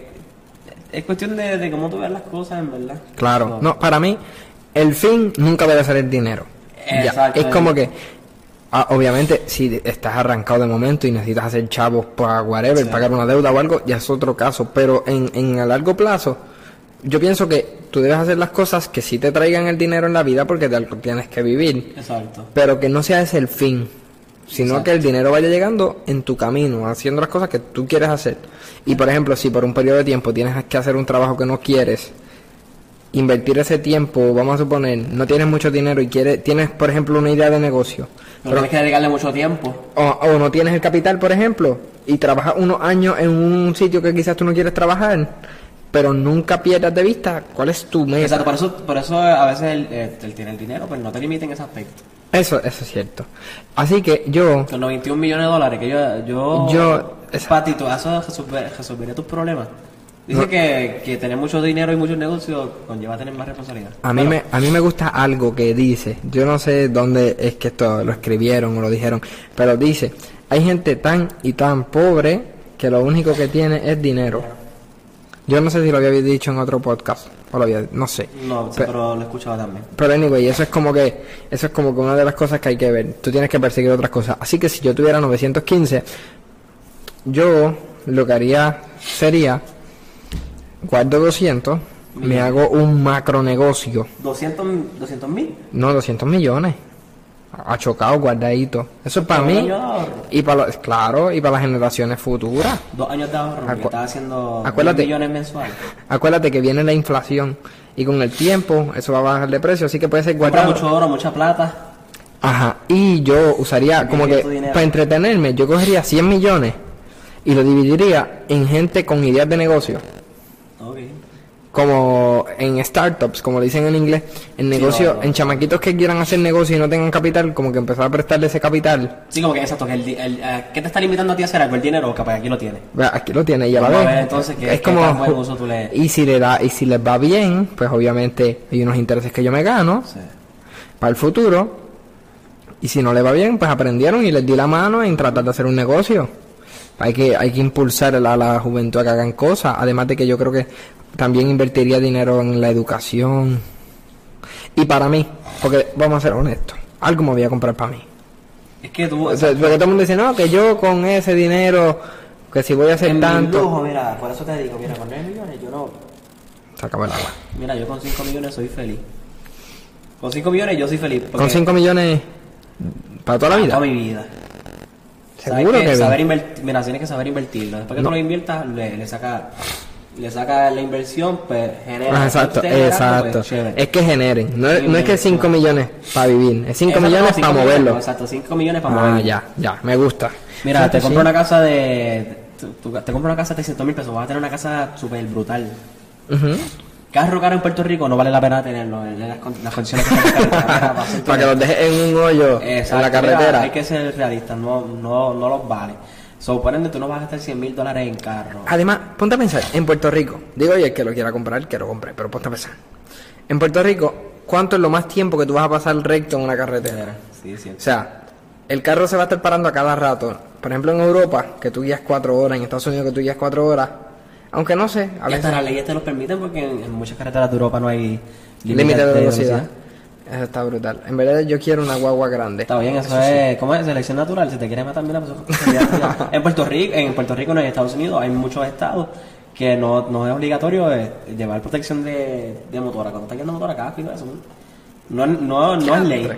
es cuestión de, de cómo tú ves las cosas, en verdad. Claro, no, no, para mí, el fin nunca debe ser el dinero. Exacto. Ya, es como que, ah, obviamente, si estás arrancado de momento y necesitas hacer chavos para whatever, sí. pagar una deuda o algo, ya es otro caso, pero en, en a largo plazo, yo pienso que tú debes hacer las cosas que sí te traigan el dinero en la vida porque de algo tienes que vivir. Exacto. Pero que no sea ese el fin, sino Exacto. que el dinero vaya llegando en tu camino, haciendo las cosas que tú quieres hacer. Y por ejemplo, si por un periodo de tiempo tienes que hacer un trabajo que no quieres, invertir ese tiempo, vamos a suponer, no tienes mucho dinero y quieres, tienes por ejemplo una idea de negocio. Pero tienes que dedicarle mucho tiempo. O, o no tienes el capital, por ejemplo, y trabajas unos años en un sitio que quizás tú no quieres trabajar, pero nunca pierdas de vista cuál es tu meta. Exacto, por eso, por eso a veces el, el, el tener el dinero, pues no te limita en ese aspecto. Eso, eso es cierto. Así que yo... Con los veintiún millones de dólares que yo... Yo... yo Patito, eso resolvería tus problemas. Dice no, que, que tener mucho dinero y muchos negocios conlleva a tener más responsabilidad. A mí, me, a mí me gusta algo que dice, yo no sé dónde es que esto lo escribieron o lo dijeron, pero dice, hay gente tan y tan pobre que lo único que tiene es dinero. Yo no sé si lo había dicho en otro podcast, o lo había, no sé. No, pero, pero lo he escuchado también. Pero anyway, eso es como que, eso es como que una de las cosas que hay que ver. Tú tienes que perseguir otras cosas. Así que si yo tuviera novecientos quince, yo lo que haría sería, guardo doscientos, Mil. me hago un macro negocio. ¿doscientos mil? No, doscientos millones. Ha chocado, guardadito. Eso es para mí. Y para los, claro, y para las generaciones futuras. Dos años de ahorro, Acu- estaba haciendo acuérdate, millones mensuales. Acuérdate que viene la inflación. Y con el tiempo, eso va a bajar de precio. Así que puede ser guardado. Compra mucho oro, mucha plata. Ajá. Y yo usaría, como que, para entretenerme, yo cogería cien millones y lo dividiría en gente con ideas de negocio. Okay. Como en startups, como le dicen en inglés, en negocio, sí, no, no, en chamaquitos que quieran hacer negocio y no tengan capital, como que empezar a prestarle ese capital. Sí, como que exacto, que el, el, el, ¿qué te está limitando a ti a hacer algo? El dinero, capaz aquí lo tiene. Aquí lo tiene y a la vez. Entonces, ¿qué, es como, buen uso tú le... y si le da, y si les va bien, pues obviamente hay unos intereses que yo me gano, sí, para el futuro. Y si no le va bien, pues aprendieron y les di la mano en tratar de hacer un negocio. Hay que, hay que impulsar a la, a la juventud a que hagan cosas. Además de que yo creo que también invertiría dinero en la educación. Y para mí, porque vamos a ser honestos, algo me voy a comprar para mí. Es que tú... O sea, porque todo el mundo dice, no, que yo con ese dinero, que si voy a hacer en tanto... mi lujo, mira, por eso te digo, mira, con nueve millones yo no... Se acabó el agua. Mira, yo con cinco millones soy feliz. Con cinco millones yo soy feliz. Con cinco millones para toda la vida. Toda mi vida. Seguro que, que bien. saber invertir, mira, tienes que saber invertirlo. Después que No. tú lo inviertas, le, le saca le saca la inversión, pues genera. Ah, exacto, genera, exacto. pues, chévere. Es que generen. No, es- no es que Inversión. cinco millones para vivir, es cinco Exacto, millones no, cinco para millones, moverlo. Exacto, cinco millones para Ah, moverlo. ya, ya, me gusta. Mira, Fíjate, te compro sí. una casa de. Tú, tú- te compro una casa de trescientos mil pesos, vas a tener una casa súper brutal. Ujú. Carro caro en Puerto Rico no vale la pena tenerlo en las, con- las condiciones que están en carretera, para ser Para que los dejes en un hoyo Exacto, en la mira, carretera. hay que ser realistas, no, no, no los vale. So, por ende, tú no vas a gastar cien mil dólares en carro. Además, ponte a pensar, en Puerto Rico, digo yo, el que lo quiera comprar, que lo compre, pero ponte a pensar. En Puerto Rico, ¿cuánto es lo más tiempo que tú vas a pasar recto en una carretera? Sí, sí. O sea, el carro se va a estar parando a cada rato. Por ejemplo, en Europa, que tú guías cuatro horas, en Estados Unidos, que tú guías cuatro horas, aunque no sé, a Y hasta veces las leyes te lo permiten porque en, en muchas carreteras de Europa no hay límite de velocidad. Eso está brutal. En verdad, yo quiero una guagua grande. Está bien, eso, es, ¿cómo es? Selección natural. Si te quieres matar, mira, pues eso es responsabilidad tuya. En Puerto Rico, en Puerto Rico, no, en Estados Unidos, hay muchos estados que no, no es obligatorio eh, llevar protección de, de motora. Cuando estás guiando motora, casco y todo eso. No, no, no es ley.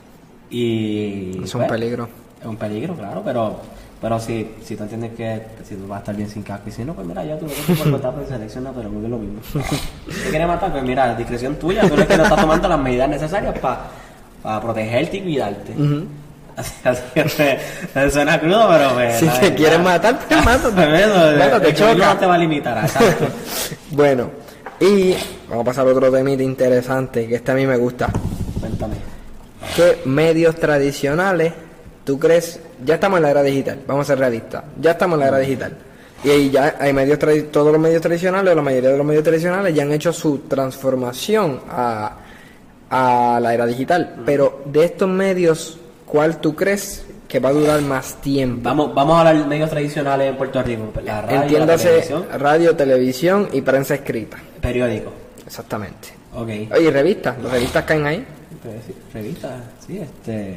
Y... Es un pues, peligro. Es un peligro, claro, pero pero si, si tú entiendes que si tú vas a estar bien sin casco y si no, pues mira, ya tú no por etapa de selección natural, muy bien lo mismo. Si te quieres matar, pues mira, discreción tuya, tú eres que no estás tomando las medidas necesarias para protegerte y cuidarte. Ujú. Así, así que me- suena crudo, pero pues, Si la te verdad- quieres matar, pues mátate. Pues eso, Mátate, el tuyo choca. no te va a limitar, exacto. Bueno, y vamos a pasar a otro temita interesante, que este a mí me gusta. Cuéntame. ¿Qué medios tradicionales tú crees? Ya estamos en la era digital, vamos a ser realistas. Ya estamos en la era digital. Y ahí ya hay medios tradi- todos los medios tradicionales, o la mayoría de los medios tradicionales ya han hecho su transformación a, a la era digital. Pero de estos medios, ¿cuál tú crees que va a durar más tiempo? Vamos, vamos a hablar de medios tradicionales en Puerto Rico. La radio, la Entiéndase televisión, radio, televisión y prensa escrita. periódico. Exactamente. Ok. Oye, y revistas, las revistas caen ahí. Pues, sí, revista, sí, este.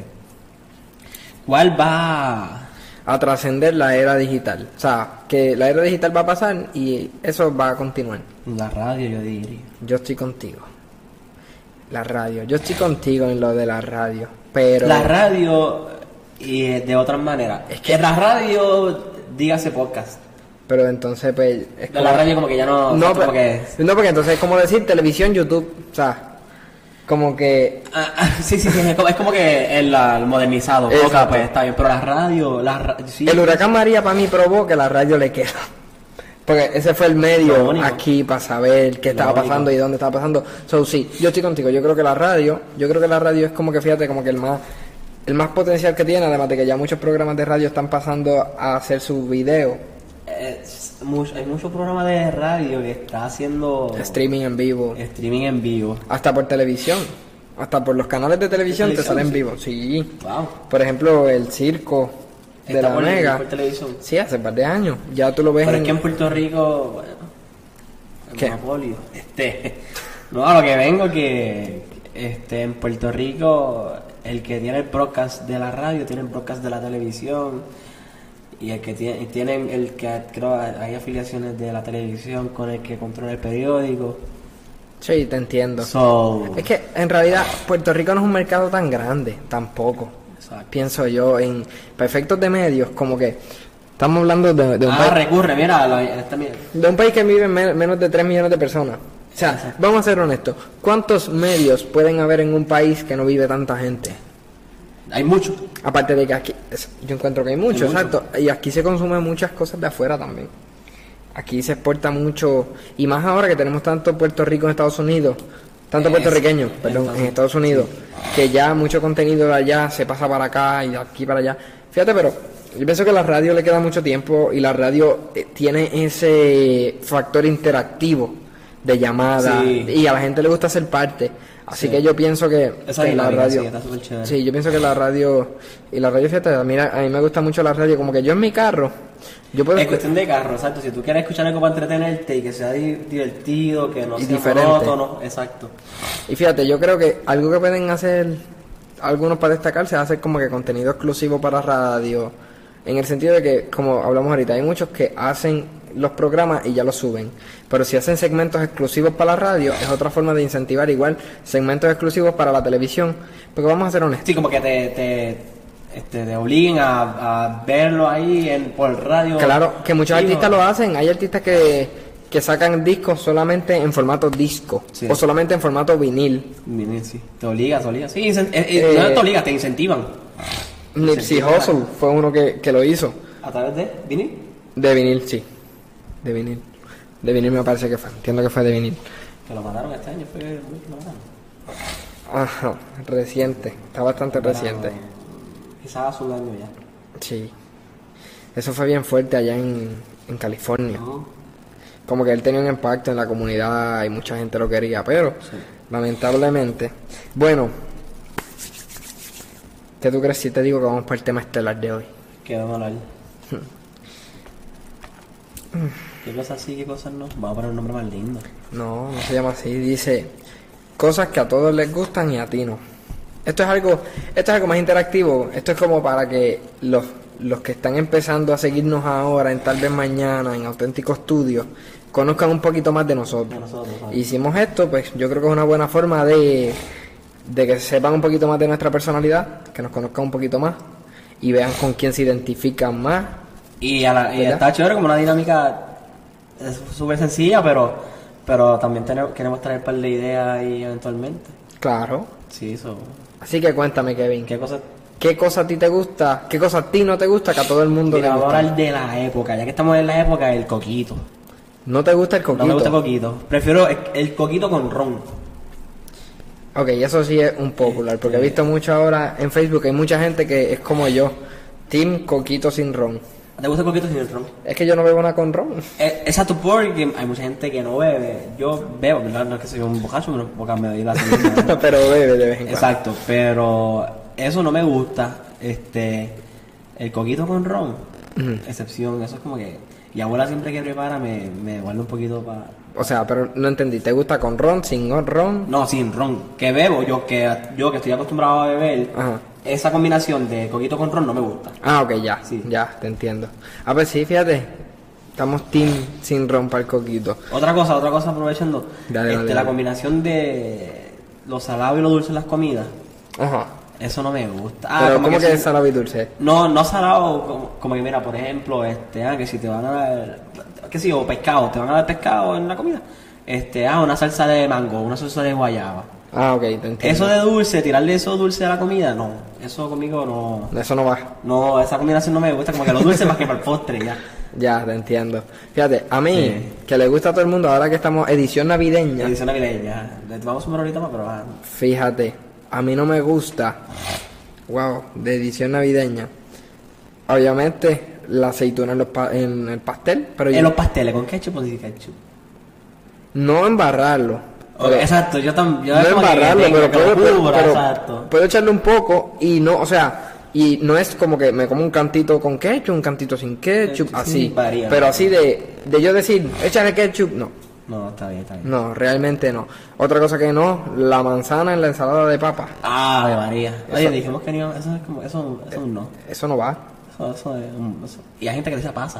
¿Cuál va? A trascender la era digital. O sea, que la era digital va a pasar y eso va a continuar. La radio, yo diría. Yo estoy contigo. La radio. Yo estoy contigo en lo de la radio. Pero... La radio, y eh, de otras maneras. Es que la radio, dígase podcast. Pero entonces, pues... Es De la radio, como que ya no. No, como pero- que. no, porque entonces es como decir televisión, YouTube. O sea, como que... Ah, ah, sí, sí, sí, es como, es como que el, la- el modernizado. Exacto. Podcast, pues está bien, pero la radio, la ra- sí, El huracán María para mí probó que la radio le queda. Porque ese fue el medio Lo único. aquí para saber qué Lo estaba único. pasando y dónde estaba pasando. So, sí, yo estoy contigo. Yo creo que la radio, yo creo que la radio es como que, fíjate, como que el más el más potencial que tiene, además de que ya muchos programas de radio están pasando a hacer su video, es mucho- hay muchos programas de radio que está haciendo streaming en vivo, streaming en vivo. hasta por televisión, hasta por los canales de televisión te televisión, salen en sí. vivo. Sí. Wow. Por ejemplo, el circo de Está la por, Mega. por televisión. Sí, hace un par de años. Ya tú lo ves Pero en... es que en Puerto Rico, bueno, el ¿Qué? monopolio. Este, no, a lo que vengo que este en Puerto Rico el que tiene el broadcast de la radio tiene el broadcast de la televisión y el que tiene tienen el que creo hay afiliaciones de la televisión con el que controla el periódico. Sí, te entiendo. So, Es que en realidad Puerto Rico no es un mercado tan grande, tampoco. exacto. Pienso yo, en perfectos de medios, como que estamos hablando de, de un, Ah, país, recurre, mira, lo- esta mira. de un país que vive men- menos de tres millones de personas. O sea, Exacto. vamos a ser honestos, ¿cuántos medios pueden haber en un país que no vive tanta gente? Hay mucho. Aparte de que aquí, es- yo encuentro que hay mucho, Hay mucho. exacto, y aquí se consumen muchas cosas de afuera también. Aquí se exporta mucho, y más ahora que tenemos tanto Puerto Rico en Estados Unidos, tanto Es- puertorriqueños, perdón, entonces, en Estados Unidos, que ya mucho contenido de allá se pasa para acá y de aquí para allá. Fíjate, pero yo pienso que a la radio le queda mucho tiempo y la radio eh, tiene ese factor interactivo de llamada Sí. y a la gente le gusta ser parte. Así Sí. que yo pienso que, Esa que la dinámica, radio... sí, está súper chévere. Sí, yo pienso que la radio... Y la radio, fíjate, a mí, a mí me gusta mucho la radio. Como que yo en mi carro, yo puedo... Es cuestión de carro, exacto. Si tú quieres escuchar algo para entretenerte y que sea di- divertido, que no Y sea diferente. monótono, exacto. Y fíjate, yo creo que algo que pueden hacer algunos para destacarse es hacer como que contenido exclusivo para radio. En el sentido de que, como hablamos ahorita, hay muchos que hacen los programas y ya los suben. Pero si hacen segmentos exclusivos para la radio, es otra forma de incentivar igual segmentos exclusivos para la televisión. Porque vamos a ser honestos. Sí, como que te, te, este, te obliguen a, a verlo ahí en, por radio. Claro, que muchos Sí, artistas ¿no? lo hacen. Hay artistas que, que sacan discos solamente en formato disco. Sí. O solamente en formato vinil. Miren, sí, te obligas, te obligas. Sí, incen- eh, eh, Eh, no te obligas, te incentivan. Nipsey Incentivan. Hussle fue uno que, que lo hizo. ¿A través de vinil? De vinil, sí. De vinil. De vinil me parece que fue. Entiendo que fue de vinil. Que lo mataron este año, fue que lo mataron. Ajá, reciente. Está bastante reciente. Quizás hace un año ya. Sí. Eso fue bien fuerte allá en, en California. ¿No? Como que él tenía un impacto en la comunidad y mucha gente lo quería, pero Sí. lamentablemente. Bueno, ¿qué tú crees si te digo que vamos para el tema estelar de hoy? ¿Qué vamos a hablar? ¿Qué cosas sí, qué cosas no? Vamos a poner un nombre más lindo. No, no se llama así. Dice cosas que a todos les gustan y a ti no. Esto es algo, esto es algo más interactivo. Esto es como para que los, los que están empezando a seguirnos ahora, en tal vez mañana, en Auténtico Estudio, conozcan un poquito más de nosotros. De nosotros, ¿sabes? Hicimos esto, pues yo creo que es una buena forma de, de que sepan un poquito más de nuestra personalidad, que nos conozcan un poquito más y vean con quién se identifican más. Y, a la, y ¿Verdad? está chévere como una dinámica es súper sencilla, pero pero también tenemos, queremos traer un par de ideas ahí eventualmente. Claro. Sí, eso. Así que cuéntame, Kevin. ¿Qué cosas? ¿Qué cosa a ti te gusta? ¿Qué cosa a ti no te gusta que a todo el mundo Mira, le vamos a gusta? hablar de la época, ya que estamos en la época del coquito. ¿No te gusta el coquito? No me gusta el coquito. Prefiero el, el coquito con ron. Ok, eso sí es un popular, porque he visto mucho ahora en Facebook, hay mucha gente que es como yo, Team Coquito sin ron. ¿Te gusta el coquito sin el ron? Es que yo no bebo nada con ron. Eh, Exacto, porque hay mucha gente que no bebe. Yo bebo, ¿verdad? No es que soy un bocacho, pero porque me doy la cerveza. Pero bebe de vez en cuando. Exacto, pero eso no me gusta. Este, el coquito con ron, Ujú. excepción, eso es como que. Y abuela siempre que prepara me, me guarda un poquito para. O sea, pero no entendí, ¿te gusta con ron, sin ron? No, sin ron. Que bebo, yo que yo que estoy acostumbrado a beber, Ajá. esa combinación de coquito con ron no me gusta. Ah, ok, ya, Sí. ya, te entiendo. Ah, pues sí, fíjate, estamos Team sin ron para el coquito. Otra cosa, otra cosa aprovechando, Dale, este, dale, la dale. combinación de lo salado y lo dulce en las comidas, Ajá. eso no me gusta. pero ¿cómo que si- es salado y dulce? No, no salado, como, como que mira, por ejemplo, este, ah, que si te van a dar, qué sé yo, pescado, te van a dar pescado en la comida, este, ah, una salsa de mango, una salsa de guayaba. Ah, ok, te entiendo. Eso de dulce, tirarle eso dulce a la comida, no, eso conmigo no, Eso no va. no, esa combinación no me gusta, como que lo dulce más que para el postre, ya. Ya, te entiendo. Fíjate, a mí, Sí. que le gusta a todo el mundo, ahora que estamos edición navideña, Edición navideña, le vamos a sumar ahorita más, pero ah, fíjate, a mí no me gusta, wow, de edición navideña, obviamente la aceituna en, los pa- en el pastel, pero yo en los pasteles, ¿con ketchup o sin ketchup? no embarrarlo. Ok, Pero- exacto, yo también, no embarrarlo, pero, puedo, pero- pero exacto. puedo echarle un poco y no, o sea, y no es como que me como un cantito con ketchup, un cantito sin ketchup, Sí, así, varía, pero ¿no? así de, de yo decir, échale ketchup, no, No, está bien, está bien. no, realmente no. Otra cosa que no, la manzana en la ensalada de papa, Ah, de María. Oye, Eso- dijimos que no, eso es como, eso, eso es un no. eso no va. Eso, eso es un, eso. Y hay gente que dice pasa.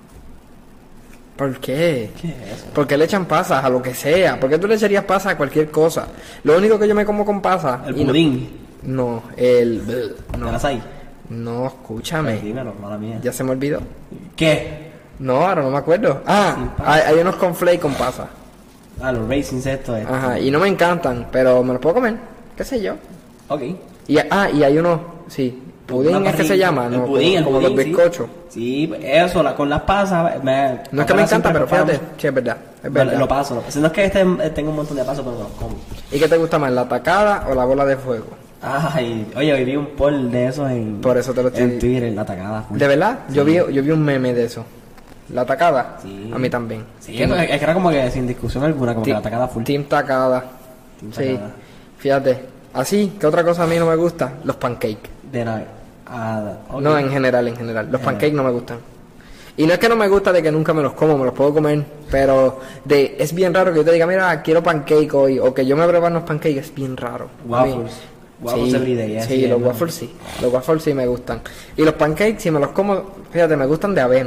¿Por qué? ¿Qué es eso? ¿Por qué le echan pasas a lo que sea? ¿Por qué tú le echarías pasas a cualquier cosa? Lo único que yo me como con pasas... El y no- pudín. No, el... ¿Te No, las hay? no, escúchame. Dímelo, mala mía. Ya se me olvidó. ¿Qué? No, ahora no me acuerdo. Ah, Sin pasas. hay, hay unos cornflakes con pasas. Ah, los racings estos. estos. Ajá, y no me encantan, pero me los puedo comer. ¿Qué sé yo? Ok. Y, ah, y hay unos... Sí, pudín Una es que se parrilla. llama, El ¿no? pudín, como el como pudín, los sí. bizcochos. Sí, eso, la, con las pasas. Me, No es que me encanta, pero fíjate, sí, es verdad. Es Lo, verdad. lo paso. Lo paso. No es que este, tenga un montón de pasos, pero me los como. ¿Y qué te gusta más, la tacada o la bola de fuego? Ay, oye, hoy vi un poll de esos en, Por eso te lo estoy- en Twitter, la atacada. full. ¿De verdad? Yo vi, yo vi un meme de eso. ¿La tacada? Sí. A mí también. Sí, es, es que era como que sin discusión alguna, como que la atacada full. Team tacada. Team Sí. tacada. Fíjate, así, ¿qué otra cosa a mí no me gusta? Los pancakes. De nada. Ah, ok. No, en general, en general. Los En pancakes no me gustan. Y no es que no me gusta de que nunca me los como, me los puedo comer, pero de es bien raro que yo te diga, mira, quiero pancake hoy, o que yo me prepare unos pancakes, es bien raro. A mí- Waffles. Waffles sí, everyday, así sí, es, los ¿no? waffles sí, los waffles sí me gustan. Y los pancakes, si me los como, fíjate, me gustan de avena,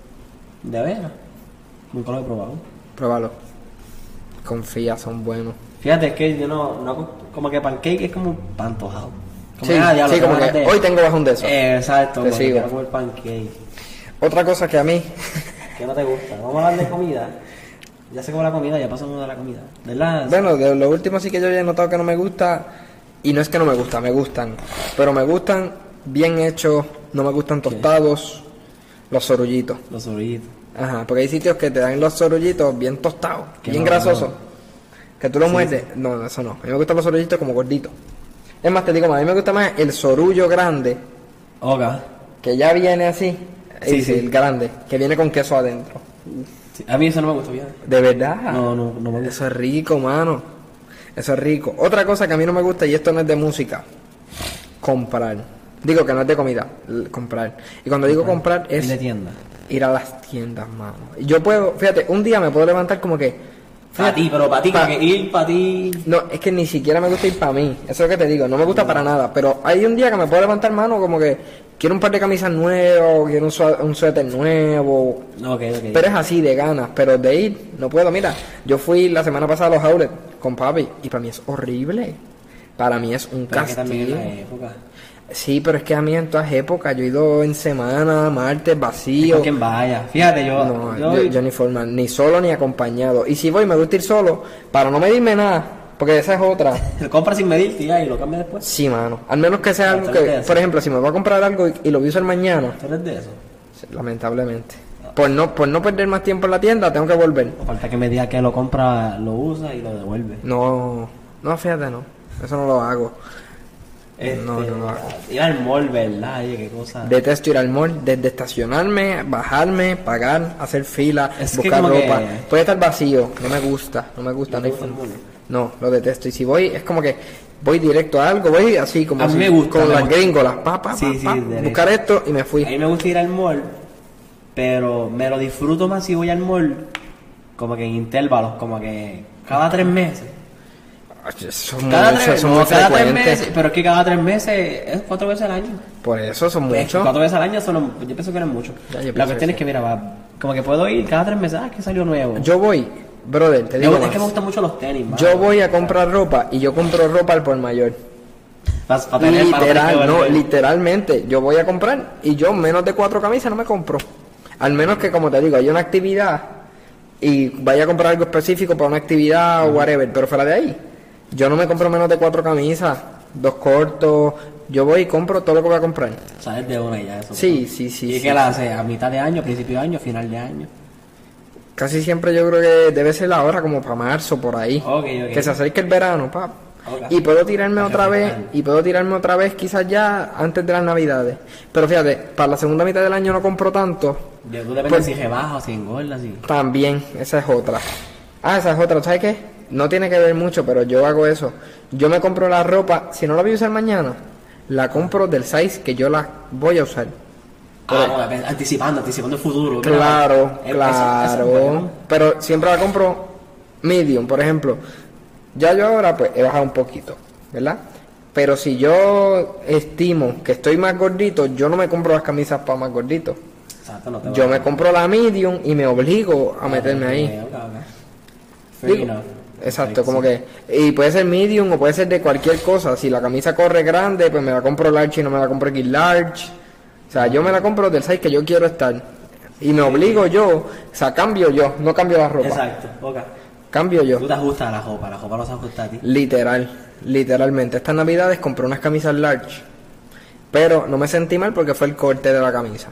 De avena. Nunca lo he probado. pruébalo. Confía, son buenos. Fíjate, es que yo no, no como que pancake es como pan antojado. Como, Sí, ah, diablo, sí, tengo como que ganas de- hoy tengo bajón de eso. Eh, exacto, Te como que sigo. quiero comer pancake. Otra cosa que a mí, ¿Qué no te gusta? Vamos a hablar de comida. Ya sé cómo la comida, ya pasamos de la comida. ¿Verdad? bueno, de lo último sí que yo ya he notado que no me gusta, y no es que no me gusta, me gustan, pero me gustan bien hechos, no me gustan tostados, los sorullitos. Los sobritos. Ajá, porque hay sitios que te dan los sorullitos bien tostados, Qué bien no, grasosos, no. que tú los Sí, muerdes. No, no, eso no. A mí me gustan los sorullitos como gorditos. Es más, te digo más, a mí me gusta más el sorullo grande, Oga. que ya viene así, Sí, el, sí. el grande, que viene con queso adentro. Sí, a mí eso no me gusta bien. De verdad. No, no, no me gusta. Eso es rico, mano. Eso es rico. Otra cosa que a mí no me gusta, y esto no es de música, comprar. Digo que no es de comida, l- comprar. Y cuando digo comprar Y es de tienda. ir a las tiendas, mano. Y yo puedo, fíjate, un día me puedo levantar como que... Para ti, pero para ti, Pa- como que ir para ti. No, es que ni siquiera me gusta ir para mí. Eso es lo que te digo, no me gusta para nada. Pero hay un día que me puedo levantar, mano, como que quiero un par de camisas nuevas, quiero un, sua- un suéter nuevo. Ok, ok. Pero es así de ganas, pero de ir no puedo. Mira, yo fui la semana pasada a los outlets con papi y para mí es horrible. Para mí es un Pero es que también castigo. en la época. Sí, pero es que a mí en todas épocas, yo he ido en semana, martes, Es vacío. con quien vaya. Fíjate, yo. No, yo, yo, yo ni forma, ni solo ni acompañado. Y si voy, me gusta ir solo para no medirme nada, porque esa es otra. Lo compras sin medirte y ya, y lo cambias después. Sí, mano. Al menos que sea Ah, algo tú eres que, de eso. por ejemplo, si me voy a comprar algo y, y lo voy a usar mañana, ¿Tú eres de eso? lamentablemente. Por no, por no perder más tiempo en la tienda, tengo que volver. O falta que me diga que lo compra, lo usa y lo devuelve. No, no, fíjate, no. Eso no lo hago. Este, No, no lo hago. Ir al mall, ¿verdad? Oye, qué cosa. Detesto ir al mall, desde estacionarme, bajarme, pagar, hacer fila, Es que buscar como ropa. que- Puede estar vacío, no me gusta, no me gusta. ¿No No, te hay gusta el forma. mall? No, lo detesto. Y si voy, es como que voy directo a algo, voy así como A mí si- me gusta, con me las gusta. gringolas, pa, pa, Sí, pa, sí, pa, derecho. buscar esto y me A fui. mí me gusta ir al mall, pero me lo disfruto más si voy al mall como que en intervalos, como que cada tres meses. Son Cada muchos, tres, son no, muy cada tres frecuentes. meses, pero es que cada tres meses es cuatro veces al año. Por eso son Pues, muchos. cuatro veces al año son, yo pienso que no es mucho. Ya, yo La pienso cuestión que es que, mira, va, como que puedo ir cada tres meses, ah, que salió nuevo. Yo voy, brother, te Yo- digo es más. que me gustan mucho los tenis, mano. Yo voy a comprar ropa y yo compro ropa al por mayor. Pa- pa tener- para tener que Literal, no, volver. literalmente. Yo voy a comprar y yo menos de cuatro camisas no me compro. Al menos que, como te digo, hay una actividad y vaya a comprar algo específico para una actividad o whatever, pero fuera de ahí. Yo no me compro menos de cuatro camisas, dos cortos. Yo voy y compro todo lo que voy a comprar. Sales de una y ya eso. Sí, sí, sí. ¿Y sí, qué la sí. hace? ¿A mitad de año, principio de año, final de año? Casi siempre yo creo que debe ser la hora como para marzo, por ahí. Ok, ok. Que se acerque el verano, pap. Ok. Y puedo tirarme Para otra vez, refrescar. y puedo tirarme otra vez quizás ya antes de las navidades. Pero fíjate, para la segunda mitad del año no compro tanto. De- Tú depende Pues- si rebaja o si engorda, si... También, esa es otra. Ah, esa es otra, ¿sabes qué? No tiene que ver mucho, pero yo hago eso. Yo me compro la ropa, si no la voy a usar mañana, la compro del size que yo la voy a usar. Ah, no, anticipando, anticipando el futuro. Mira, Claro, eso- eso es claro. bueno. Pero siempre la compro medium, por ejemplo. Ya yo ahora pues he bajado un poquito, ¿verdad? Pero si yo estimo que estoy más gordito, yo no me compro las camisas para más gordito. Exacto, no te Yo va- me compro la medium y me obligo a meterme Ok, ahí. ok, ok. Fair Digo, enough. exacto, Like, como sí. que... Y puede ser medium o puede ser de cualquier cosa. Si la camisa corre grande, pues me la compro large y no me la compro X large. O sea, yo me la compro del size que yo quiero estar. Y me obligo yo, o sea, cambio yo, no cambio la ropa. Exacto, ok. Cambio yo. Tú te ajustas a la ropa, la ropa no se ajusta a ti. Literal, literalmente. Estas navidades compré unas camisas large. Pero no me sentí mal porque fue el corte de la camisa.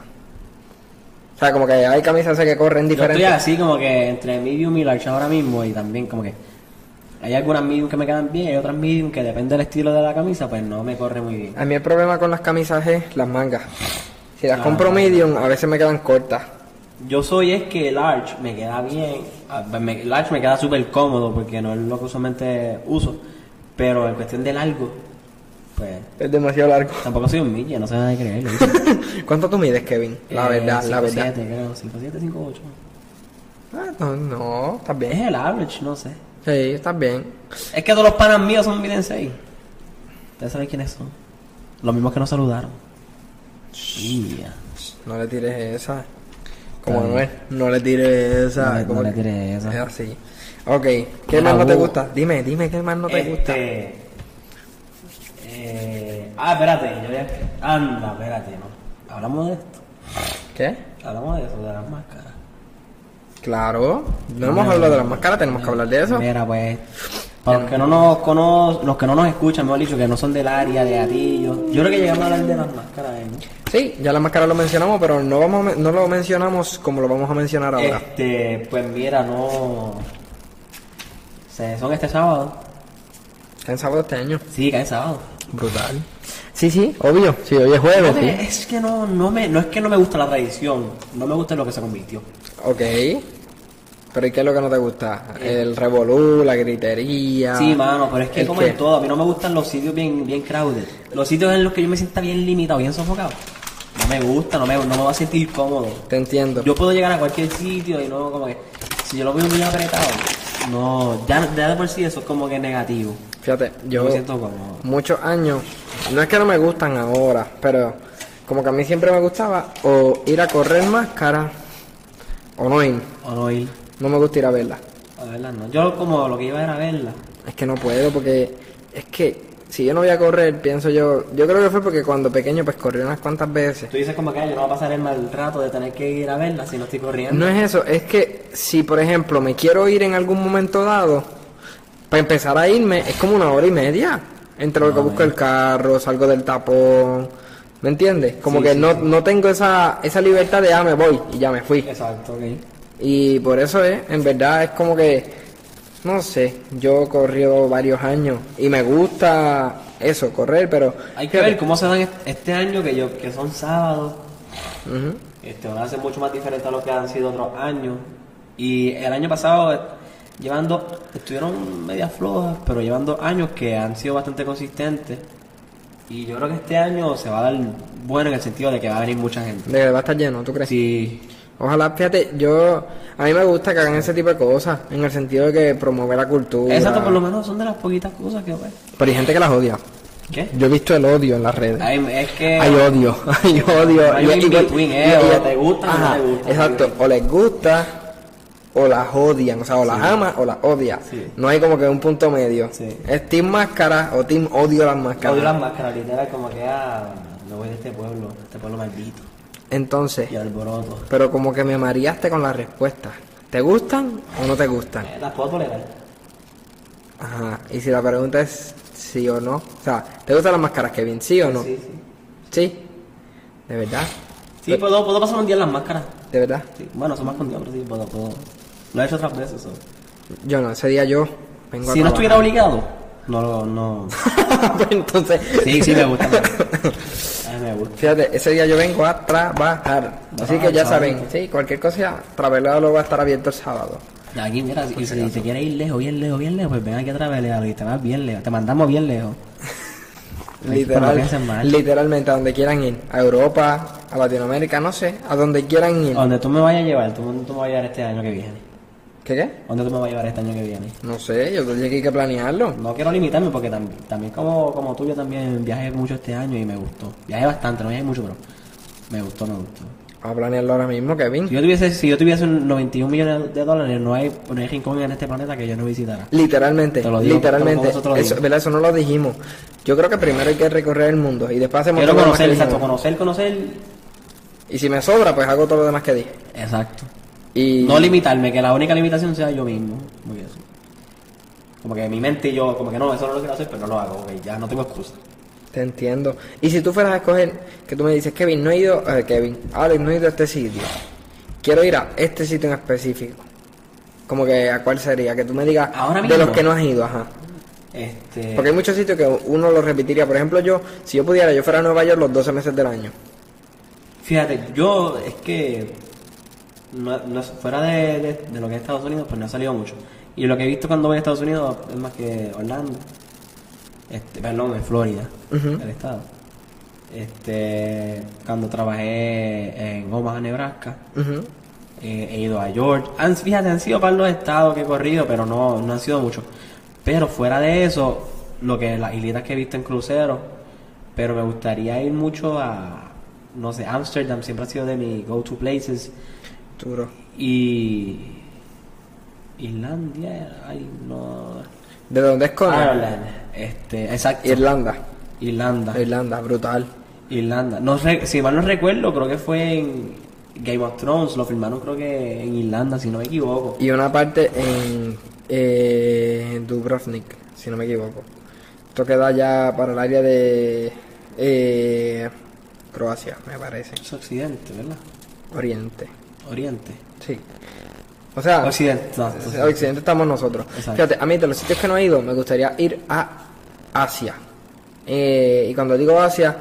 O sea, como que hay camisas que corren Yo diferentes. estoy así como que entre medium y large ahora mismo y también como que hay algunas medium que me quedan bien, hay otras medium que depende del estilo de la camisa, pues no me corre muy bien. A mí el problema con las camisas es las mangas. Si las Ah. compro medium, a veces me quedan cortas. Yo soy es que large me queda bien, ah, me- large me queda súper cómodo porque no es lo que usualmente uso, Pero en cuestión de largo, pues Es demasiado largo. tampoco soy un milla, no se van a creerlo. ¿Cuánto tú mides, Kevin? La verdad, la verdad. cinco siete, creo, cinco siete, cinco ocho. Ah, no, no, estás Es bien. el average, no sé. Sí, estás bien. Es que todos los panas míos son miden seis. Ustedes saben quiénes son. Los mismos que nos saludaron. Yeah. No le tires esa. Como Está no bien. es, no le tires esa. No le- como no le que- tires esa. Es así. Ok, ¿qué Mira, más no te Hugo. gusta? Dime, dime qué más no te gusta. Este, eh, ah, espérate, yo ya. Anda, espérate, ¿no? Hablamos de esto. ¿Qué? Hablamos de eso, de las máscaras. Claro, no hemos hablado de las máscaras, tenemos que hablar de eso. Mira, pues. Para los que no nos conocen, los que no nos escuchan, mejor dicho, que no son del área de Atillo. Yo creo que llegamos a hablar de las máscaras, ¿eh? Sí, ya las máscaras lo mencionamos, pero no vamos a men- no lo mencionamos como lo vamos a mencionar ahora. Este, pues mira, no. Se, son este sábado. En sábado este año. Sí, cae sábado. Brutal. Sí, sí, obvio. Sí, hoy es jueves, No me- sí. es que no, no me, no es que no me gusta la tradición, no me gusta en lo que se convirtió. Ok. Pero ¿y qué es lo que no te gusta? El revolú, la gritería. Sí, mano, pero es que ¿El como qué? en todo, a mí no me gustan los sitios bien, bien crowded. Los sitios en los que yo me sienta bien limitado, bien sofocado. No me gusta, no me, no me va a sentir cómodo. Te entiendo. Yo puedo llegar a cualquier sitio y no, como que, si yo lo veo muy apretado, no, ya, ya de por sí eso es como que negativo. Fíjate, Yo yo me siento cómodo. muchos años, no es que no me gustan ahora, pero como que a mí siempre me gustaba o ir a correr máscara o no ir. O no ir, No me gusta ir a verla. a verla, no. Yo como lo que iba era verla. Es que no puedo porque es que si yo no voy a correr, pienso yo, yo creo que fue porque cuando pequeño pues corrí unas cuantas veces. Tú dices como que "Ay, yo no voy a pasar el mal rato de tener que ir a verla si no estoy corriendo". No es eso, es que si por ejemplo me quiero ir en algún momento dado, para empezar a irme es como una hora y media. Entre lo que No, busco man. el carro, salgo del tapón, ¿me entiendes? Como Sí, que sí, no, sí. no tengo esa, esa libertad de, ah, me voy y ya me fui. Exacto, ok. Y por eso es, en verdad es como que, no sé, yo corrió varios años y me gusta eso, correr, pero... Hay que ver cómo se dan est- este año que yo que son sábados. Ujú. Este, van a ser mucho más diferentes a lo que han sido otros años. Y el año pasado, eh, llevando, estuvieron medias flojas, pero llevando años que han sido bastante consistentes. Y yo creo que este año se va a dar bueno en el sentido de que va a venir mucha gente. De que va a estar lleno, ¿tú crees? Sí, Ojalá, fíjate, yo... A mí me gusta que hagan ese tipo de cosas, en el sentido de que promueve la cultura. exacto, por lo menos son de las poquitas cosas que pues. Pero hay gente que las odia. ¿Qué? Yo he visto el odio en las redes. Hay, es que Hay odio, hay odio. Hay un Y- igual- in-between, y- eh, y- o te gusta o no ajá, te gusta. Exacto, o les gusta o las odian, o sea, o las ama o las odia. Sí. No hay como que un punto medio. Sí. Es team máscara o team odio las máscaras. odio las máscaras, literal, como que ah, me voy de este pueblo, este pueblo maldito. Entonces, Y alboroto. pero como que me mareaste con la respuesta. ¿Te gustan o no te gustan? Eh, Las puedo tolerar. Ajá, y si la pregunta es sí o no, o sea, ¿te gustan las máscaras, Kevin? ¿Sí o no? Sí, sí. ¿Sí? ¿De verdad? Sí, puedo, puedo pasar un día en las máscaras. ¿De verdad? Sí. Bueno, son más con pero sí, puedo, puedo. Lo he hecho otras veces. so. Yo no, ese día yo vengo a Si no estuviera trabajar. obligado, no lo. No. Pues entonces... Sí, sí, me gusta. me gusta. A mí me gusta. Fíjate, ese día yo vengo a trabajar. Así que Ah, ya sábado. saben, sí, cualquier cosa, Travelado va a estar abierto el sábado. Y aquí, mira, si, si te quieres ir lejos, bien lejos, bien lejos, pues ven aquí a Traveleado y te vas bien lejos. Te mandamos bien lejos. Ay, pero no Literal, piensen mal. literalmente a donde quieran ir. A Europa, a Latinoamérica, no sé, a donde quieran ir. Donde tú me vayas a llevar, tú, tú me vas a llevar este año que viene. ¿Qué qué? ¿Dónde tú me vas a llevar este año que viene? No sé, yo tendría que hay que planearlo. No quiero limitarme porque también, también como, como tú, yo también viajé mucho este año y me gustó. Viajé bastante, no viajé mucho, pero me gustó, me gustó. Vamos a planearlo ahora mismo, Kevin. Si yo tuviese, si yo tuviese un noventa y un millones de dólares, no hay, no hay rincón en este planeta que yo no visitara. Literalmente, Te lo digo, literalmente. con eso te lo digo. Eso, ¿verdad? Eso no lo dijimos. Yo creo que primero hay que recorrer el mundo y después hacemos Quiero todo lo demás conocer, que exacto, dijimos. conocer, conocer. Y si me sobra, pues hago todo lo demás que dije. Exacto. Y No limitarme, que la única limitación sea yo mismo. Muy eso. Como que mi mente y yo, como que no, eso no lo quiero hacer, pero no lo hago, ok, ya no tengo excusa. te entiendo. Y si tú fueras a escoger, que tú me dices, Kevin, no he ido, eh, Kevin, Alex, no he ido a este sitio. Quiero ir a este sitio en específico. Como que, ¿a cuál sería? Que tú me digas Ahora de mismo. los que no has ido, ajá. Este. Porque hay muchos sitios que uno lo repetiría. Por ejemplo, yo, si yo pudiera, yo fuera a Nueva York los doce meses del año. Fíjate, yo es que no, no- fuera de, de, de lo que es Estados Unidos, pues no he salido mucho. Y lo que he visto cuando voy a Estados Unidos es más que Orlando. este, perdón, en Florida, Ujú. el estado. Este, cuando trabajé en Omaha, Nebraska, Ujú. eh, he ido a Georgia. Han, fíjate, han sido para los estados que he corrido, pero no, no han sido muchos. Pero fuera de eso, lo que las islitas que he visto en crucero, pero me gustaría ir mucho a, no sé, Amsterdam siempre ha sido de mis go-to places. Duro. Y Islandia, ay, no. ¿De dónde es Conan? Ireland, este, exacto. Irlanda. Irlanda. Irlanda, brutal. Irlanda. No re- si mal no recuerdo, creo que fue en Game of Thrones, lo filmaron creo que en Irlanda, si no me equivoco. Y una parte en eh, Dubrovnik, si no me equivoco. Esto queda ya para el área de eh, Croacia, me parece. Es Occidente, ¿verdad? Oriente, Oriente. sí. O sea, Occidente, no, en Occidente estamos nosotros. Exacto. Fíjate, a mí de los sitios que no he ido, me gustaría ir a Asia. Eh, y cuando digo Asia,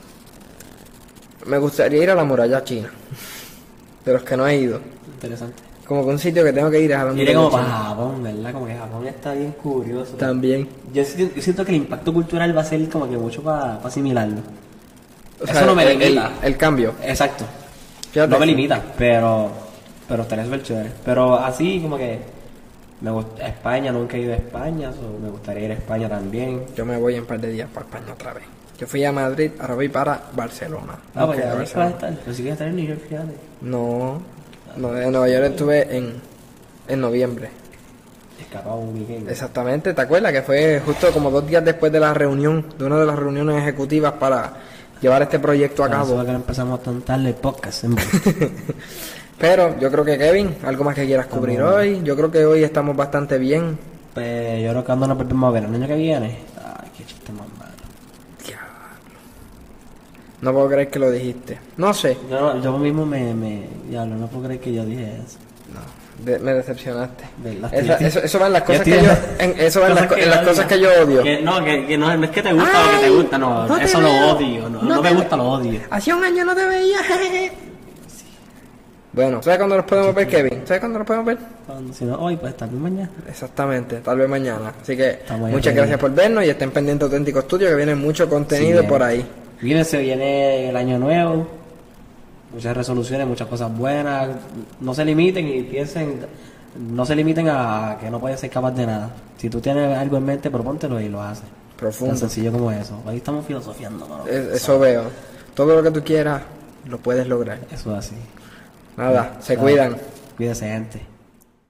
me gustaría ir a la muralla china. De los que no he ido. Interesante. Como que un sitio que tengo que ir es a la muralla Iré como para china. Japón, ¿verdad? Como que Japón está bien curioso. También. Yo siento, yo siento que el impacto cultural va a ser como que mucho para asimilarlo. O Eso no me el, limita. El, el cambio. Exacto. Fíjate. No me limita, pero pero estaría súper chévere. Pero así como que me gusta España, nunca he ido a España, so me gustaría ir a España también. Yo me voy en un par de días para España otra vez. Yo fui a Madrid, ahora voy para Barcelona. Ah, Nunca pues he ido a ya ves que vas a Barcelona. estar. Pero sí que vas a estar en New York, fíjate. No, no, en Nueva York estuve en, en noviembre. Escapaba un weekend. Exactamente, ¿te acuerdas? Que fue justo como dos días después de la reunión, de una de las reuniones ejecutivas para llevar este proyecto a Por eso cabo. es que no empezamos tan tarde el podcast. ¿eh? Pero yo creo que Kevin, algo más que quieras cubrir Vamos. hoy. Yo creo que hoy estamos bastante bien. Pues yo creo que cuando nos volvemos a ver el año que viene. Ay, qué chiste más malo. No puedo creer que lo dijiste. No sé, Yo, no- yo mismo me, me. Diablo, no puedo creer que yo dije eso. de- me decepcionaste. ¿Verdad? Esa- eso, eso va en las Yo cosas que estoy- yo, en, eso va en las, co- en las odio. cosas que yo odio. Que- no, que, que no, no es que te gusta o que te Ay, gusta, no. no te eso veo. lo odio. No, No no te me ve- gusta, lo odio. Hacía un año no te veía. Bueno, ¿sabes cuándo nos podemos ver, Kevin? ¿Sabes cuándo nos podemos ver? Cuando- Si no, hoy, pues tal vez mañana. Exactamente, tal vez mañana. Así que Estamos ahí muchas ready. gracias por vernos y estén pendientes de Auténtico Estudio que viene mucho contenido Sí, por eh. ahí. Viene, se viene el año nuevo. Muchas resoluciones, muchas cosas buenas. No se limiten y piensen. No se limiten a que no pueden ser capaz de nada. Si tú tienes algo en mente, propóntelo y lo haces. Tan Profundo. sencillo como eso. Ahí estamos filosofiando, ¿no? Es- Eso veo. Todo lo que tú quieras lo puedes lograr. Eso es así. Nada, se Ah, cuidan. Cuídese, gente.